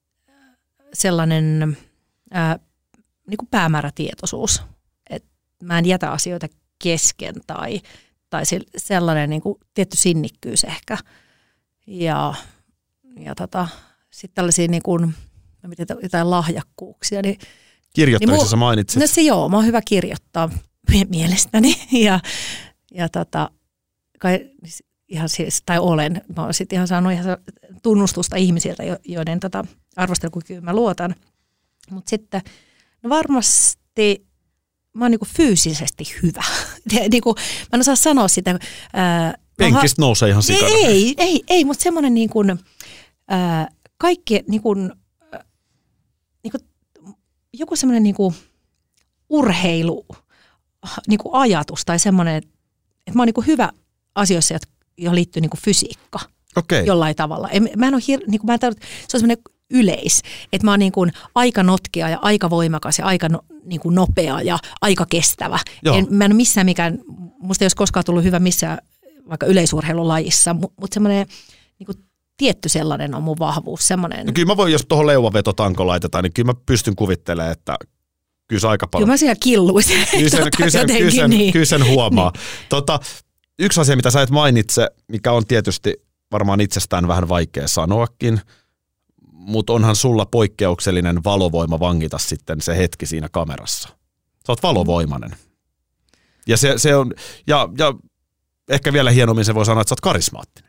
sellainen ää, niin kuin päämäärätietoisuus, että mä en jätä asioita kesken tai, tai sellainen niin kuin tietty sinnikkyys ehkä. Ja, ja tota, sitten tällaisia niin kuin, jotain lahjakkuuksia. Niin, kirjoittamisessa niin mu- mainitsit. No se joo, mä oon hyvä kirjoittaa mielestäni ja, ja tota, kai, ihan siis, tai olen. Mä oon sitten ihan saanut ihan tunnustusta ihmisiltä, joiden tota, arvostelukykyyn mä luotan. Mutta sitten no varmasti mä oon niinku fyysisesti hyvä. niinku, mä en osaa sanoa sitä. Ää, Penkistä ha- nousee ihan sikana. Ei, ei, ei mutta semmoinen niinku, ää, kaikki niinku, niinku, joku semmoinen niinku urheilu niinku ajatus tai semmoinen, että mä oon niinku hyvä asioissa, johon liittyy niinku fysiikka. Okay. Jollain tavalla. En, mä en ole hir- niinku, mä en tarvitse, se on semmoinen yleis, että mä oon niin kuin aika notkea ja aika voimakas ja aika no, niin kuin nopea ja aika kestävä. En, mä en ole missään mikään, musta ei olisi koskaan tullut hyvä missään vaikka yleisurheilulajissa, mutta mut semmoinen niin kuin tietty sellainen on mun vahvuus. Semmoinen. No kyllä mä voin, jos tuohon leuavetotanko laitetaan, niin kyllä mä pystyn kuvittelemaan, että kyllä se aika paljon. Kyllä mä siinä killuisin. Kyllä sen, kyllä sen, kyllä sen, niin. kyllä sen huomaa. Niin. Tota, yksi asia, mitä sä et mainitse, mikä on tietysti varmaan itsestään vähän vaikea sanoakin, mutta onhan sulla poikkeuksellinen valovoima vangita sitten se hetki siinä kamerassa. Sä oot valovoimainen. Ja, se, se on, ja, ja ehkä vielä hienommin se voi sanoa, että sä oot karismaattinen.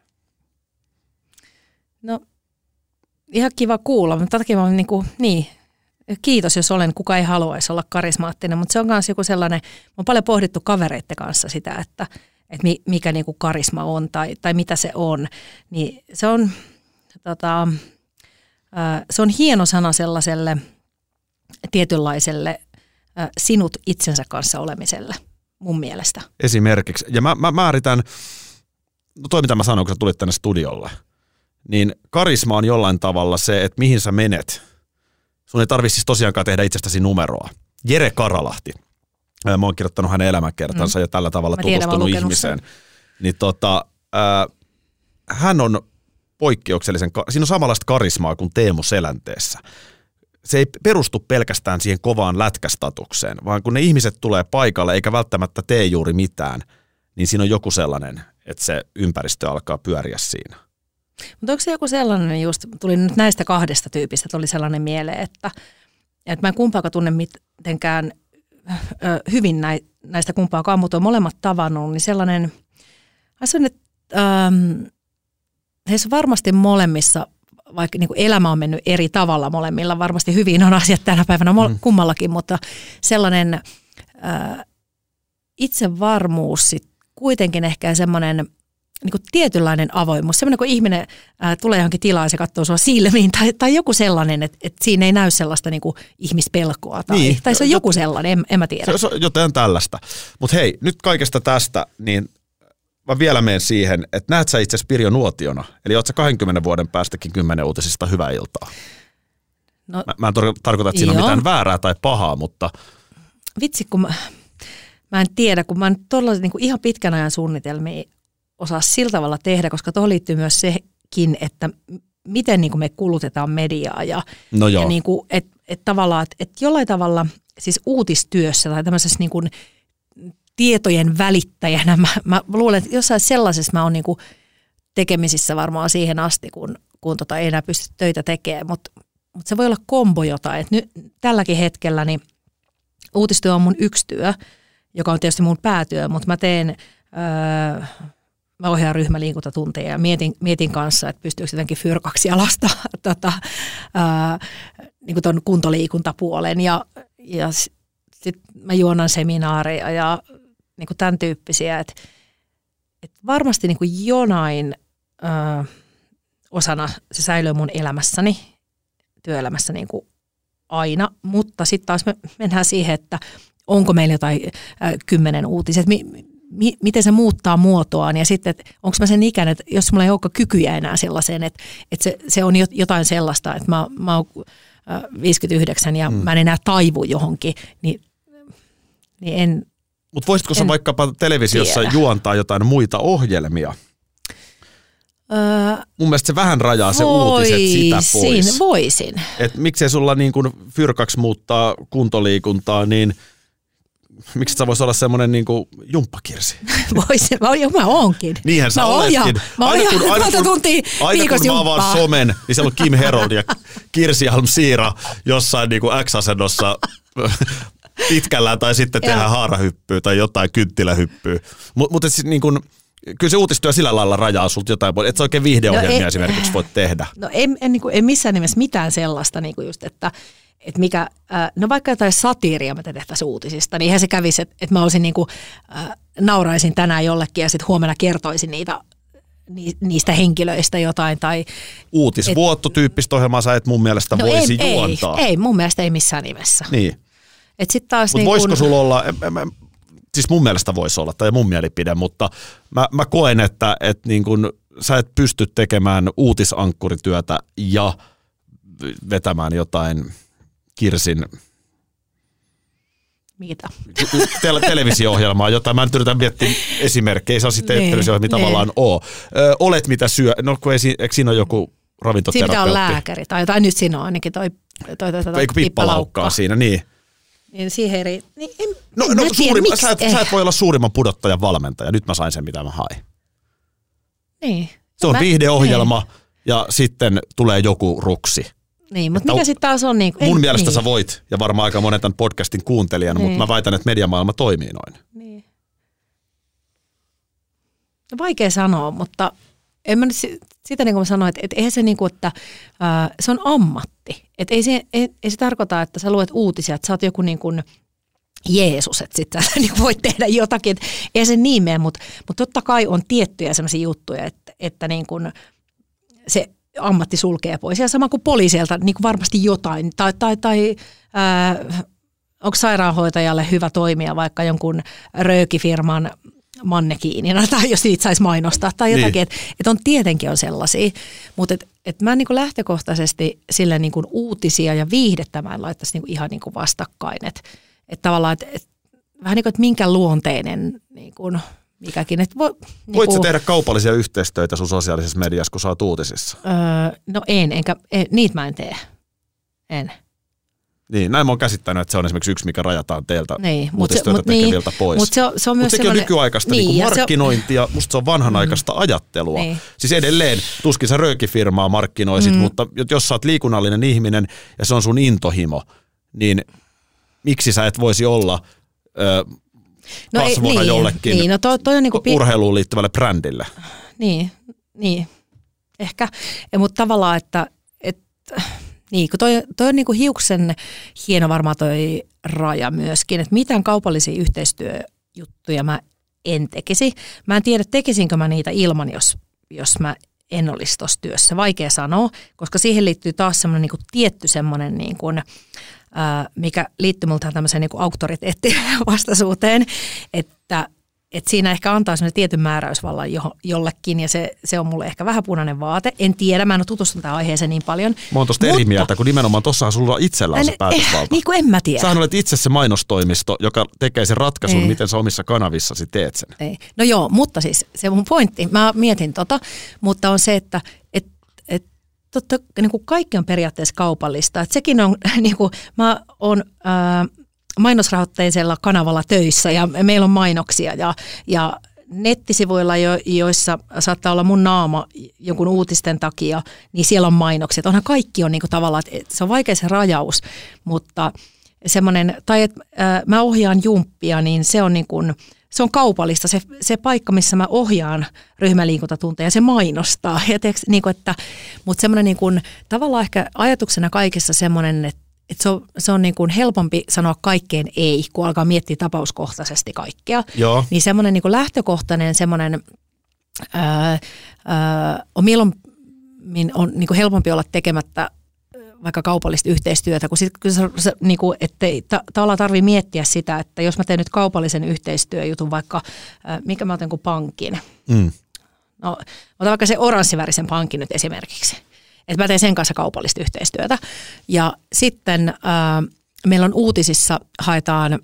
No, ihan kiva kuulla, mutta takia mä olen niin kuin, niin, kiitos jos olen, kuka ei haluaisi olla karismaattinen, mutta se on myös joku sellainen, mä oon paljon pohdittu kavereiden kanssa sitä, että, että mikä niin kuin karisma on tai, tai mitä se on, niin se on tota, se on hieno sana sellaiselle tietynlaiselle sinut itsensä kanssa olemiselle, mun mielestä. Esimerkiksi. Ja mä, mä määritän, no toi mitä mä sanoin, kun sä tulit tänne studiolle, niin karisma on jollain tavalla se, että mihin sä menet. Sun ei tarvitse siis tosiaankaan tehdä itsestäsi numeroa. Jere Karalahti. Mä oon kirjoittanut hänen elämänkertansa mm. ja tällä tavalla mä tutustunut tiedän, ihmiseen. Niin tota, äh, hän on poikkeuksellisen, siinä on samanlaista karismaa kuin Teemu Selänteessä. Se ei perustu pelkästään siihen kovaan lätkästatukseen, vaan kun ne ihmiset tulee paikalle eikä välttämättä tee juuri mitään, niin siinä on joku sellainen, että se ympäristö alkaa pyöriä siinä. Mutta onko se joku sellainen, just tuli nyt näistä kahdesta tyypistä, tuli sellainen mieleen, että, että mä en kumpaakaan tunne mitenkään ö, hyvin näistä kumpaakaan, mutta on molemmat tavannut, niin sellainen, että ähm, heissä varmasti molemmissa, vaikka niin kuin elämä on mennyt eri tavalla molemmilla, varmasti hyvin on asiat tänä päivänä mm. kummallakin, mutta sellainen äh, itsevarmuus sit kuitenkin ehkä semmoinen niin kuin tietynlainen avoimuus. Semmoinen, kun ihminen äh, tulee johonkin tilaan ja se katsoo sua silmiin tai, tai joku sellainen, että, että siinä ei näy sellaista niin kuin ihmispelkoa tai, niin, tai se on joku jot, sellainen, en, en mä tiedä. Se on jotain tällaista. Mutta hei, nyt kaikesta tästä, niin mä vielä menen siihen, että näet sä itse asiassa Pirjo nuotiona, eli oot sä kahdenkymmenen vuoden päästäkin kymmenen uutisista hyvää iltaa. No, mä, mä en tar- tarkoita, että siinä joo. on mitään väärää tai pahaa, mutta vitsi, kun mä, mä en tiedä, kun mä en todella niin kuin ihan pitkän ajan suunnitelmia osaa sillä tavalla tehdä, koska tuohon liittyy myös sekin, että miten niin kuin me kulutetaan mediaa ja, no ja niin kuin, et, et tavallaan, että et jollain tavalla siis uutistyössä tai tämmöisessä niin kuin tietojen välittäjänä, mä, mä luulen, että jossain sellaisessa mä oon niin kuin tekemisissä varmaan siihen asti, kun, kun tota ei enää pysty töitä tekemään, mutta mut se voi olla kombo jotain, että nyt tälläkin hetkellä niin uutistyö on mun yksi työ, joka on tietysti mun päätyö, mutta mä teen, öö, mä ohjaan ryhmäliikuntatunteja ja mietin, mietin kanssa, että pystyykö jotenkin fyrkaksi alasta tota, öö, niin kuin ton kuntoliikuntapuolen ja, ja sitten mä juonan seminaareja ja niin kuin tämän tyyppisiä, että, että varmasti niin kuin jonain öö, osana se säilyy mun elämässäni, työelämässä niin kuin aina, mutta sitten taas me mennään siihen, että onko meillä jotain äh, kymmenen uutiset, mi, mi, miten se muuttaa muotoaan ja sitten, että onko mä sen ikäinen, että jos mulla ei olekaan kykyjä enää sellaiseen, että, että se, se on jotain sellaista, että mä, mä oon äh, viisikymmentäyhdeksän ja mm. mä en enää taivu johonkin, niin, niin en. Mutta voisitko sä vaikkapa televisiossa tiedä. juontaa jotain muita ohjelmia? Öö, Mun mielestä se vähän rajaa se uutiset sitä pois. Voisin. Et miksei sulla niin kuin fyrkaksi muuttaa kuntoliikuntaa, niin miksi sä vois olla semmoinen niin kuin jumppakirsi? Voisin, mä, mä oonkin. Niinhän sä oletkin. Aina kun, aina kun, aina kun mä avaan somen, niin siellä on Kim Herold ja Kirsi Alm-Siira jossain niin kuin X-asennossa pitkällään tai sitten tehdään haarahyppyä tai jotain kynttilähyppyä. Mutta mut niin kuin kyllä se uutistyö sillä lailla rajaa sulta jotain, että sä oikein viihdeohjelmia no esimerkiksi voit tehdä. No en, en, niin kuin, en missään nimessä mitään sellaista, niin kuin just, että, että mikä, äh, no vaikka jotain satiiria me tehtäisiin uutisista, niin eihän se kävisi, että, että mä olisin niin kuin, äh, nauraisin tänään jollekin ja sitten huomenna kertoisin niitä, ni, niistä henkilöistä jotain. Tai, Uutisvuotto-tyyppistä ohjelmaa sä et mun mielestä no voisi ei, juontaa. Ei, ei, mun mielestä ei missään nimessä. Niin. Mutta niin voisiko kun sulla olla. En, en, Siis mun mielestä voisi olla, tai mun mielipide, mutta mä, mä koen, että et niin kun sä et pysty tekemään uutisankkurityötä ja vetämään jotain Kirsin Mitä? Te- televisio-ohjelmaa, jota mä nyt yritän miettiä esimerkkejä, ei saa sitten televisio-ohjelmia tavallaan ole. Ö, olet mitä syö, no kun ei, eikö siinä ole joku ravintoterapeutti? Siinä pitää olla lääkäri, tai, tai nyt siinä on ainakin toi, toi, toi, toi, toi pippalaukkaa siinä, niin. Niin siihen eri, niin en, no, en no, tiedä, suurimma, sä, et, eh. sä et voi olla suurimman pudottajan valmentaja. Nyt mä sain sen, mitä mä hain. Niin. Se on mä, viihdeohjelma niin. Ja sitten tulee joku ruksi. Niin, mutta mikä sitten taas on? Niin, mun en, mielestä niin. sä voit, ja varmaan aika monen tämän podcastin kuuntelijana, niin. Mutta mä väitän, että mediamaailma toimii noin. Niin. Vaikea sanoa, mutta en mä nyt sitä niin kuin mä sanoin, että, että eihän se niin kuin, että äh, se on ammatti. Että ei se, ei, ei se tarkoita, että sä luet uutisia, että sä oot joku niin kuin Jeesus, että sit sä niin voit tehdä jotakin. Että ei se niin mene, mutta, mutta totta kai on tiettyjä sellaisia juttuja, että, että niin kuin se ammatti sulkee pois. Ja sama kuin poliisilta niin kuin varmasti jotain. Tai, tai, tai äh, onko sairaanhoitajalle hyvä toimia vaikka jonkun röökifirman mannekiinina, tai jos niitä saisi mainostaa, tai jotakin, niin. että et on tietenkin on sellaisia, mutta et, et mä niin kuin lähtökohtaisesti sille niin kuin uutisia ja viihdettä mä en laittaisi niin kuin ihan niin kuin vastakkain, että että tavallaan, että, että vähän niin kuin, että minkä luonteinen niin kuin, mikäkin. Että voi, niin Voitko kuin, tehdä kaupallisia yhteistyötä sun sosiaalisessa mediassa, kun sä oot uutisissa? Öö, no en, enkä, en, niitä mä en tee. En. Niin, näin mä oon käsittänyt, että se on esimerkiksi yksi, mikä rajataan teiltä niin, uutistyötä mut, tekeviltä niin, pois. Mutta se on, se on Mut myös sekin sellainen... on nykyaikaista niin, niin, ja markkinointia, se... musta se on vanhanaikaista mm. ajattelua. Niin. Siis edelleen, tuskin sä röökifirmaa markkinoisit, mm. mutta jos sä oot liikunnallinen ihminen ja se on sun intohimo, niin miksi sä et voisi olla ö, no kasvona ei, jollekin niin, no toi, toi on niinku urheiluun liittyvälle brändille? Niin, niin. Ehkä. Mutta tavallaan, että... että niin, kun toi, toi on niinku hiuksen hieno varmaan toi raja myöskin, että mitään kaupallisia yhteistyöjuttuja mä en tekisi. Mä en tiedä, tekisinkö mä niitä ilman, jos, jos mä en olisi tuossa työssä. Vaikea sanoa, koska siihen liittyy taas semmoinen niinku tietty semmoinen, niinku, ää, mikä liittyy multa tämmöiseen niinku auktoriteettivastaisuuteen, että että siinä ehkä antaa sellainen tietyn määräysvallan jollekin, ja se, se on mulle ehkä vähän punainen vaate. En tiedä, mä en ole tutustunut tähän aiheeseen niin paljon. Mä oon tosta eri mieltä, kun nimenomaan tossahan sulla itsellä on se päätösvalta. Eh, niin kuin en mä tiedä. Sähän olet itse se mainostoimisto, joka tekee sen ratkaisun, ei. miten sä omissa kanavissasi teet sen. Ei. No joo, mutta siis se mun pointti, mä mietin tota, mutta on se, että et, et, totta, niin kuin kaikki on periaatteessa kaupallista. Et sekin on, niin kuin, mä oon... Ää, mainosrahoitteisella kanavalla töissä ja meillä on mainoksia ja, ja nettisivuilla, jo, joissa saattaa olla mun naama jonkun uutisten takia, niin siellä on mainokset. Onhan kaikki on niinku tavallaan, että se on vaikea se rajaus, mutta semmoinen, tai että äh, mä ohjaan jumppia, niin se on, niinku, se on kaupallista. Se, se paikka, missä mä ohjaan ryhmäliikuntatunteja, se mainostaa. Ja teeks, niinku, että, mutta semmoinen niinku, tavallaan ehkä ajatuksena kaikessa semmoinen, että että se on, se on niin kuin helpompi sanoa kaikkeen ei, kun alkaa miettiä tapauskohtaisesti kaikkea. Joo. Niin semmoinen niin kuin lähtökohtainen semmoinen ää, ää, on mieluummin on niin kuin helpompi olla tekemättä vaikka kaupallista yhteistyötä, kun sitten se, niin kuin, ettei ta, tavallaan tarvitse miettiä sitä, että jos mä teen nyt kaupallisen yhteistyöjutun vaikka, ää, mikä mä otan kuin pankin. Mm. No, otan vaikka se oranssivärisen pankin nyt esimerkiksi. Että mä teen sen kanssa kaupallista yhteistyötä. Ja sitten ää, meillä on uutisissa, haetaan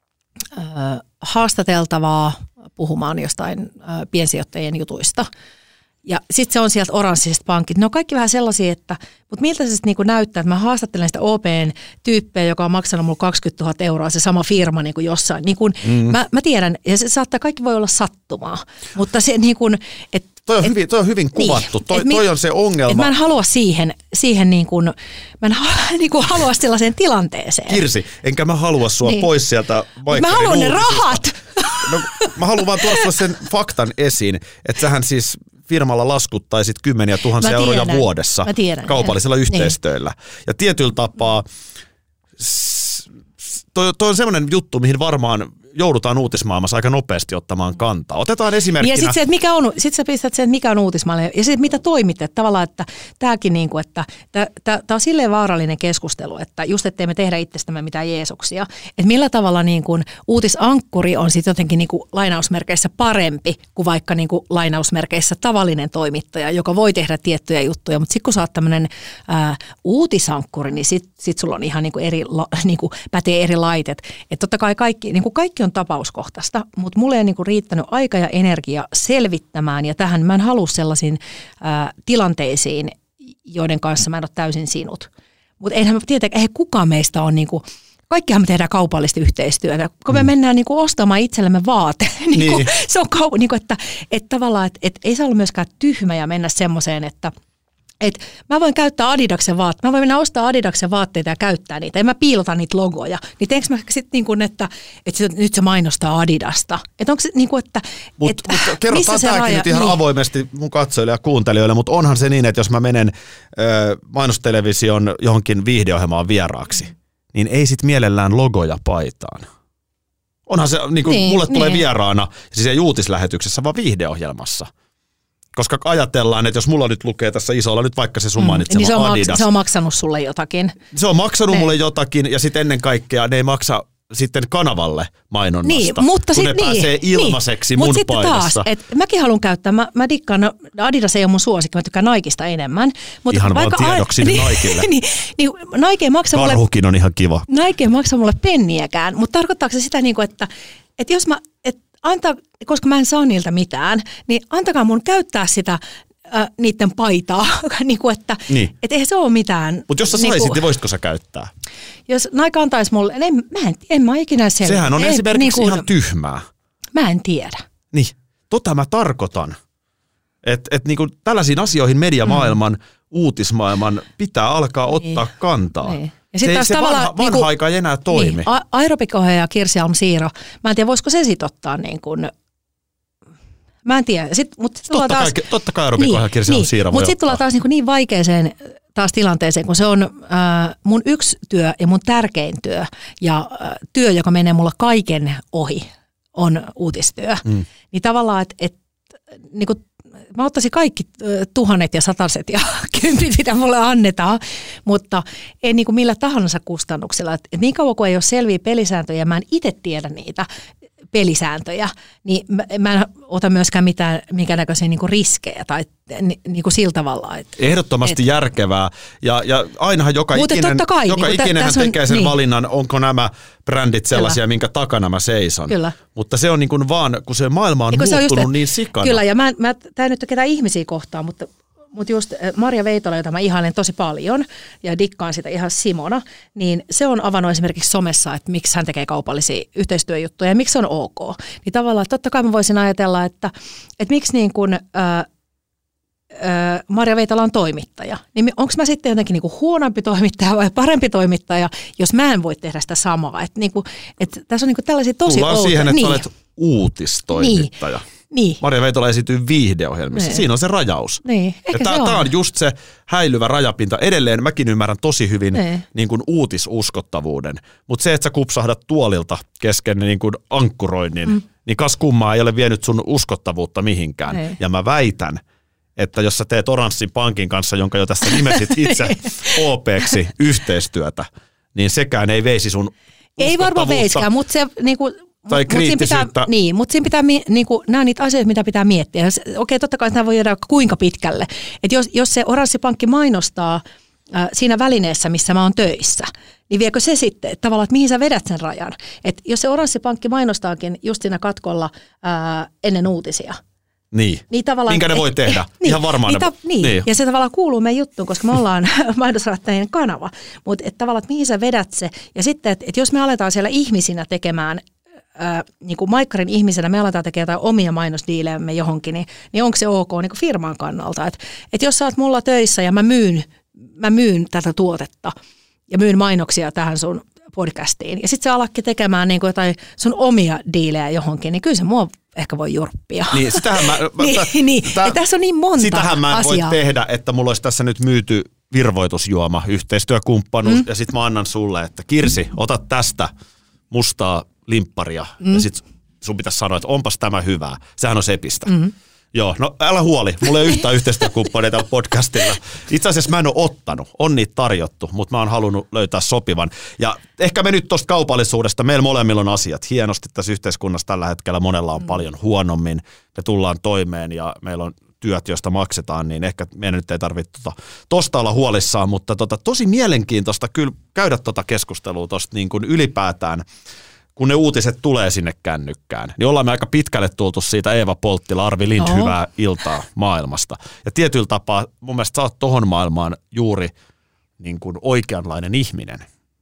ää, haastateltavaa puhumaan jostain ää, piensijoittajien jutuista. Ja sitten se on sieltä oranssisesta pankista. Ne on kaikki vähän sellaisia, että, mutta miltä se sitten niinku näyttää, että mä haastattelen sitä O P:n-tyyppiä, joka on maksanut mulle kaksikymmentätuhatta euroa, se sama firma niin kuin jossain. Niin kuin, mm. mä, mä tiedän, ja se saattaa, kaikki voi olla sattumaa, mutta se niin kuin, että Toi on, et, hyvin, toi on hyvin kuvattu. Niin, toi, mi, toi on se ongelma. Mä en halua siihen, siihen niin kuin, mä en halua, niin kuin halua sellaiseen tilanteeseen. Kirsi, enkä mä halua sua niin. pois sieltä Maikkarin Mä haluan ne uutisista. rahat! No, mä haluan vaan tuoda sulle sen faktan esiin, että sähän siis firmalla laskuttaisit kymmeniä tuhansia tiedän, euroja vuodessa tiedän, kaupallisella niin. yhteistyöllä. Ja tietyllä tapaa toi, toi on semmoinen juttu, mihin varmaan joudutaan uutismaailmassa aika nopeasti ottamaan kantaa. Otetaan esimerkkinä. Ja sitten se, että mikä on, sit sä pistät sen, että mikä on uutismaailma ja sitten mitä toimitte. Tavallaan, että tämäkin niin kuin, että tämä on silleen vaarallinen keskustelu, että just ettei me tehdä itsestämme mitään Jeesuksia. Että millä tavalla niin kuin uutisankkuri on sitten jotenkin niin kuin lainausmerkeissä parempi kuin vaikka niin kuin lainausmerkeissä tavallinen toimittaja, joka voi tehdä tiettyjä juttuja. Mutta sitten kun sä oot tämmöinen uutisankkuri, niin sitten sit sulla on ihan niin kuin eri, niin kuin pätee eri laitet. Että totta kai kaikki, niin kuin kaikki on tapauskohtaista, mutta mulle ei niinku riittänyt aika ja energia selvittämään ja tähän mä en halua sellaisiin ää, tilanteisiin, joiden kanssa mä en ole täysin sinut. Mutta eihän mä tiedä, eihän kukaan meistä on niinku, kaikkihan me tehdään kaupallista yhteistyötä, kun me mm. mennään niinku ostamaan itsellemme vaate. niinku, niin. Se on kau- niinku, että, että tavallaan, että, että ei saa olla myöskään tyhmä ja mennä semmoiseen, että et mä voin käyttää Adidaksen vaatteita, mä voin mennä ostaa Adidaksen vaatteita ja käyttää niitä, ja mä piilotan niitä logoja. Niin teinkö mä sitten niin kuin, että, että nyt se mainostaa Adidasta? Että onko se niin kuin, että Mutta et, mut kerrotaan tämäkin raja, nyt ihan niin. avoimesti mun katsojille ja kuuntelijoille, mutta onhan se niin, että jos mä menen ö, mainostelevision johonkin viihdeohjelmaan vieraaksi, niin ei sit mielellään logoja paitaan. Onhan se, niin kuin niin, mulle tulee niin. vieraana, siis ei uutislähetyksessä, vaan viihdeohjelmassa. Koska ajatellaan, että jos mulla nyt lukee tässä isolla nyt vaikka se sun mainitsema mm, niin se on Adidas. Maks- se on maksanut sulle jotakin. Se on maksanut ne. mulle jotakin ja sitten ennen kaikkea ne ei maksa sitten kanavalle mainonnasta, niin, mutta kun sit, ne niin, pääsee ilmaiseksi niin. mun Mut sitten paidassa. Taas, et mäkin haluan käyttää, mä, mä dikkaan, no Adidas ei ole mun suosikki, mä tykkään Nikesta enemmän. Mut ihan vaikka vaan tiedoksi niin, Nikelle. niin, niin, Nike ei maksa mulle, Karhukin on ihan kiva. Nike ei maksa mulle penniäkään, mutta tarkoittaako se sitä, että, että jos mä, et antaa, koska mä en saa niiltä mitään, niin antakaa mun käyttää sitä Äh, niiden paitaa, niin kuin, että niin. et eihän se ole mitään. Mutta jos sä niin saisit, kuin, niin voisitko sä käyttää? Jos Nike antaisi mulle, en, mä en, en mä ikinä selviä. Sehän on en, esimerkiksi niin kuin, ihan tyhmää. Mä en tiedä. Niin, tota mä tarkoitan. Että et niinku tällaisiin asioihin mediamaailman, mm. uutismaailman pitää alkaa niin. ottaa kantaa. Niin. Ja Se, se vanha, vanha niin kuin, aika ei enää toimi. Niin, aerobikohjaaja Kirsi Alm-Siiro, mä en tiedä voisiko se sit ottaa niin kuin, mä en tiedä. Sit, mut sit totta, taas, kai, totta kai aerobikohjaaja niin, Kirsi Alm-Siiro niin, voi mutta sitten tullaan taas niin, niin vaikeeseen taas tilanteeseen, kun se on äh, mun yksi työ ja mun tärkein työ ja äh, työ, joka menee mulla kaiken ohi, on uutistyö. Mm. Niin tavallaan, että et, niin mä ottaisin kaikki äh, tuhannet ja sataset ja kympit, mitä mulle annetaan, mutta en niin kuin millä tahansa kustannuksella. Et, et niin kauan kuin ei ole selviä pelisääntöjä, mä en itse tiedä niitä pelisääntöjä, niin mä, mä en ota myöskään mitään, minkä näköisiä niin kuin riskejä tai ni, niin kuin sillä tavalla. Et, Ehdottomasti et, järkevää ja, ja ainahan joka Mutta ikinen, kai, joka niin ikinen t- tekee sen niin. valinnan, onko nämä brändit sellaisia, Kyllä. minkä takana mä seison. Kyllä. Mutta se on niin kuin vaan, kun se maailma on niin muuttunut on just, niin sikana. Kyllä, ja mä, mä tää ei nyt ole ketään ihmisiä kohtaan, mutta Mutta just Marja Veitola, jota mä ihailen tosi paljon ja dikkaan sitä ihan Simona, niin se on avannut esimerkiksi somessa, että miksi hän tekee kaupallisia yhteistyöjuttuja ja miksi se on ok. Niin tavallaan totta kai mä voisin ajatella, että, että miksi niin kun, ää, ää, Marja Veitola on toimittaja, niin onko mä sitten jotenkin niin kuin huonompi toimittaja vai parempi toimittaja, jos mä en voi tehdä sitä samaa. Että niin kuin, että tässä on niin kuin tällaisia tosi Tullaan outoja. siihen, että niin. sä olet uutistoimittaja. Niin. Niin. Marja Veitola esityy viihdeohjelmissa. Niin. Siinä on se rajaus. Niin. Tämä on. on just se häilyvä rajapinta. Edelleen mäkin ymmärrän tosi hyvin niin. Niin kuin uutisuskottavuuden. Mutta se, että sä kupsahdat tuolilta kesken niin kuin ankkuroinnin, mm. niin kas kummaa ei ole vienyt sun uskottavuutta mihinkään. Niin. Ja mä väitän, että jos sä teet Oranssin pankin kanssa, jonka jo tässä nimesit itse O P:ksi yhteistyötä, niin sekään ei veisi sun ei varmaan veiskään, mutta se niinku tai mut, kriittisyyttä. Mut pitää, niin, mutta siinä pitää, niinku, nämä on niitä asioita, mitä pitää miettiä. Okei, okay, totta kai tämä voi jäädä kuinka pitkälle. Et jos, jos se Oranssi-pankki mainostaa äh, siinä välineessä, missä mä oon töissä, niin viekö se sitten, että tavallaan, että mihin sä vedät sen rajan? Et jos se Oranssi-pankki mainostaakin just siinä katkolla äh, ennen uutisia, Niin. Niin minkä ne voi eh, tehdä? Eh, niin, ihan varmaan niin, ne ta, niin. niin. Ja se tavallaan kuuluu meidän juttuun, koska me ollaan mainosrahoittajien kanava. Mutta tavallaan, että mihin sä vedät se. Ja sitten, että et jos me aletaan siellä ihmisinä tekemään, ää, niin kuin Maikkarin ihmisenä, me aletaan tekemään jotain omia mainosdiilejämme johonkin, niin, niin onko se ok niin kuin firman kannalta? Että et jos sä oot mulla töissä ja mä myyn, mä myyn tätä tuotetta ja myyn mainoksia tähän sun podcastiin, ja sitten sä alatkin tekemään niin kuin jotain sun omia diilejä johonkin, niin kyllä se mua ehkä voi jurppia. Niin, sitähän mä, niin, niin. Tää, tässä on niin monta sitähän mä en asiaa. voi tehdä, että mulla olisi tässä nyt myyty virvoitusjuoma, yhteistyökumppanuus, mm. ja sit mä annan sulle, että Kirsi, ota tästä mustaa limpparia, mm. ja sit sun pitäisi sanoa, että onpas tämä hyvää. Sehän on sepistä. Mm. Joo, no älä huoli, mulla ei ole yhtään yhteistyökumppania tällä podcastilla. Itse asiassa mä en ole ottanut, on niitä tarjottu, mutta mä oon halunnut löytää sopivan. Ja ehkä me nyt tosta kaupallisuudesta, meillä molemmilla on asiat hienosti tässä yhteiskunnassa tällä hetkellä, monella on mm. paljon huonommin, me tullaan toimeen ja meillä on työt, joista maksetaan, niin ehkä meidän nyt ei tarvitse tuota, tosta olla huolissaan, mutta tota, tosi mielenkiintoista kyllä käydä tuota keskustelua tosta niin kuin ylipäätään, kun ne uutiset tulee sinne kännykkään, niin ollaan me aika pitkälle tultu siitä Eeva Polttila, Arvi Lind, Oho. hyvää iltaa maailmasta. Ja tietyllä tapaa mun mielestä sä oot tohon maailmaan juuri niin kuin oikeanlainen ihminen.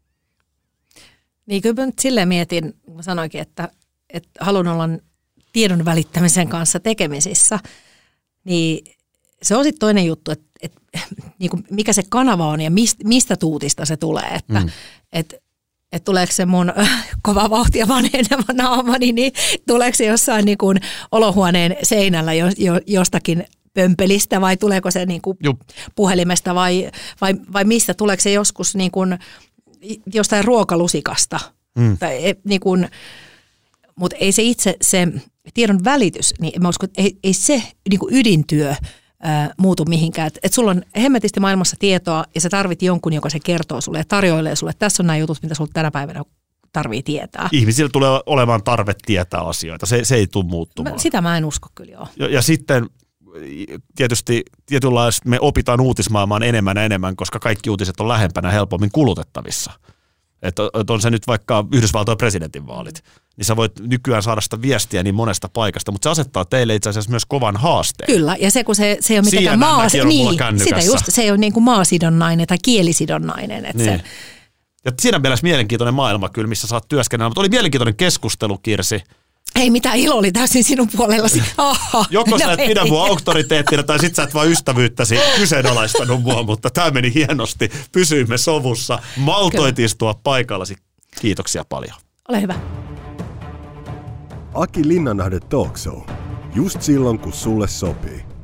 Niin kyllä mä nyt silleen mietin, mä sanoinkin, että, että haluan olla tiedon välittämisen kanssa tekemisissä, niin se on sitten toinen juttu, että, että niin kuin mikä se kanava on ja mistä, mistä tuutista se tulee, että mm. että että tuleeko se mun kova vauhtia vanheneva naamani, niin tuleeko se jossain niin kuin olohuoneen seinällä jo, jo, jostakin pömpelistä vai tuleeko se niin kuin puhelimesta vai, vai, vai mistä? Tuleeko se joskus niin kuin jostain ruokalusikasta? Mm. Tai, niin kuin, mutta ei se itse se tiedon välitys, niin mä uskon, että ei, ei se niin kuin ydintyö ää, muutu mihinkään. Että et sulla on hemmetisti maailmassa tietoa ja sä tarvit jonkun, joka se kertoo sulle ja tarjoilee sulle. Tässä on nämä jutut, mitä sulla tänä päivänä tarvii tietää. Ihmisillä tulee olemaan tarve tietää asioita, se, se ei tule muuttumaan. Sitä mä en usko kyllä, joo. Ja, ja sitten tietysti tietynlaista me opitaan uutismaailmaan enemmän ja enemmän, koska kaikki uutiset on lähempänä helpommin kulutettavissa. Että on se nyt vaikka Yhdysvaltojen presidentinvaalit, niin sä voit nykyään saada sitä viestiä niin monesta paikasta, mutta se asettaa teille itse asiassa myös kovan haasteen. Kyllä, ja se kun se, se ei ole mitenkään maa, niin, sitä just, se ei ole niin kuin maasidonnainen tai kielisidonnainen. Että niin. se... Ja siinä mielessä mielenkiintoinen maailma kyllä, missä sä oot työskennellä, mutta oli mielenkiintoinen keskustelu, Kirsi. Ei mitään, ilo oli täysin sinun puolellasi. Aha, Joko no sä et ei. pidä mua auktoriteettina tai sit sä et vaan ystävyyttäsi kyseenalaistanut mua, mutta tämä meni hienosti. Pysyimme sovussa. Maltoit istua paikallasi. Kiitoksia paljon. Ole hyvä. Aki Linnanahde Talk Show. Just silloin, kun sulle sopii.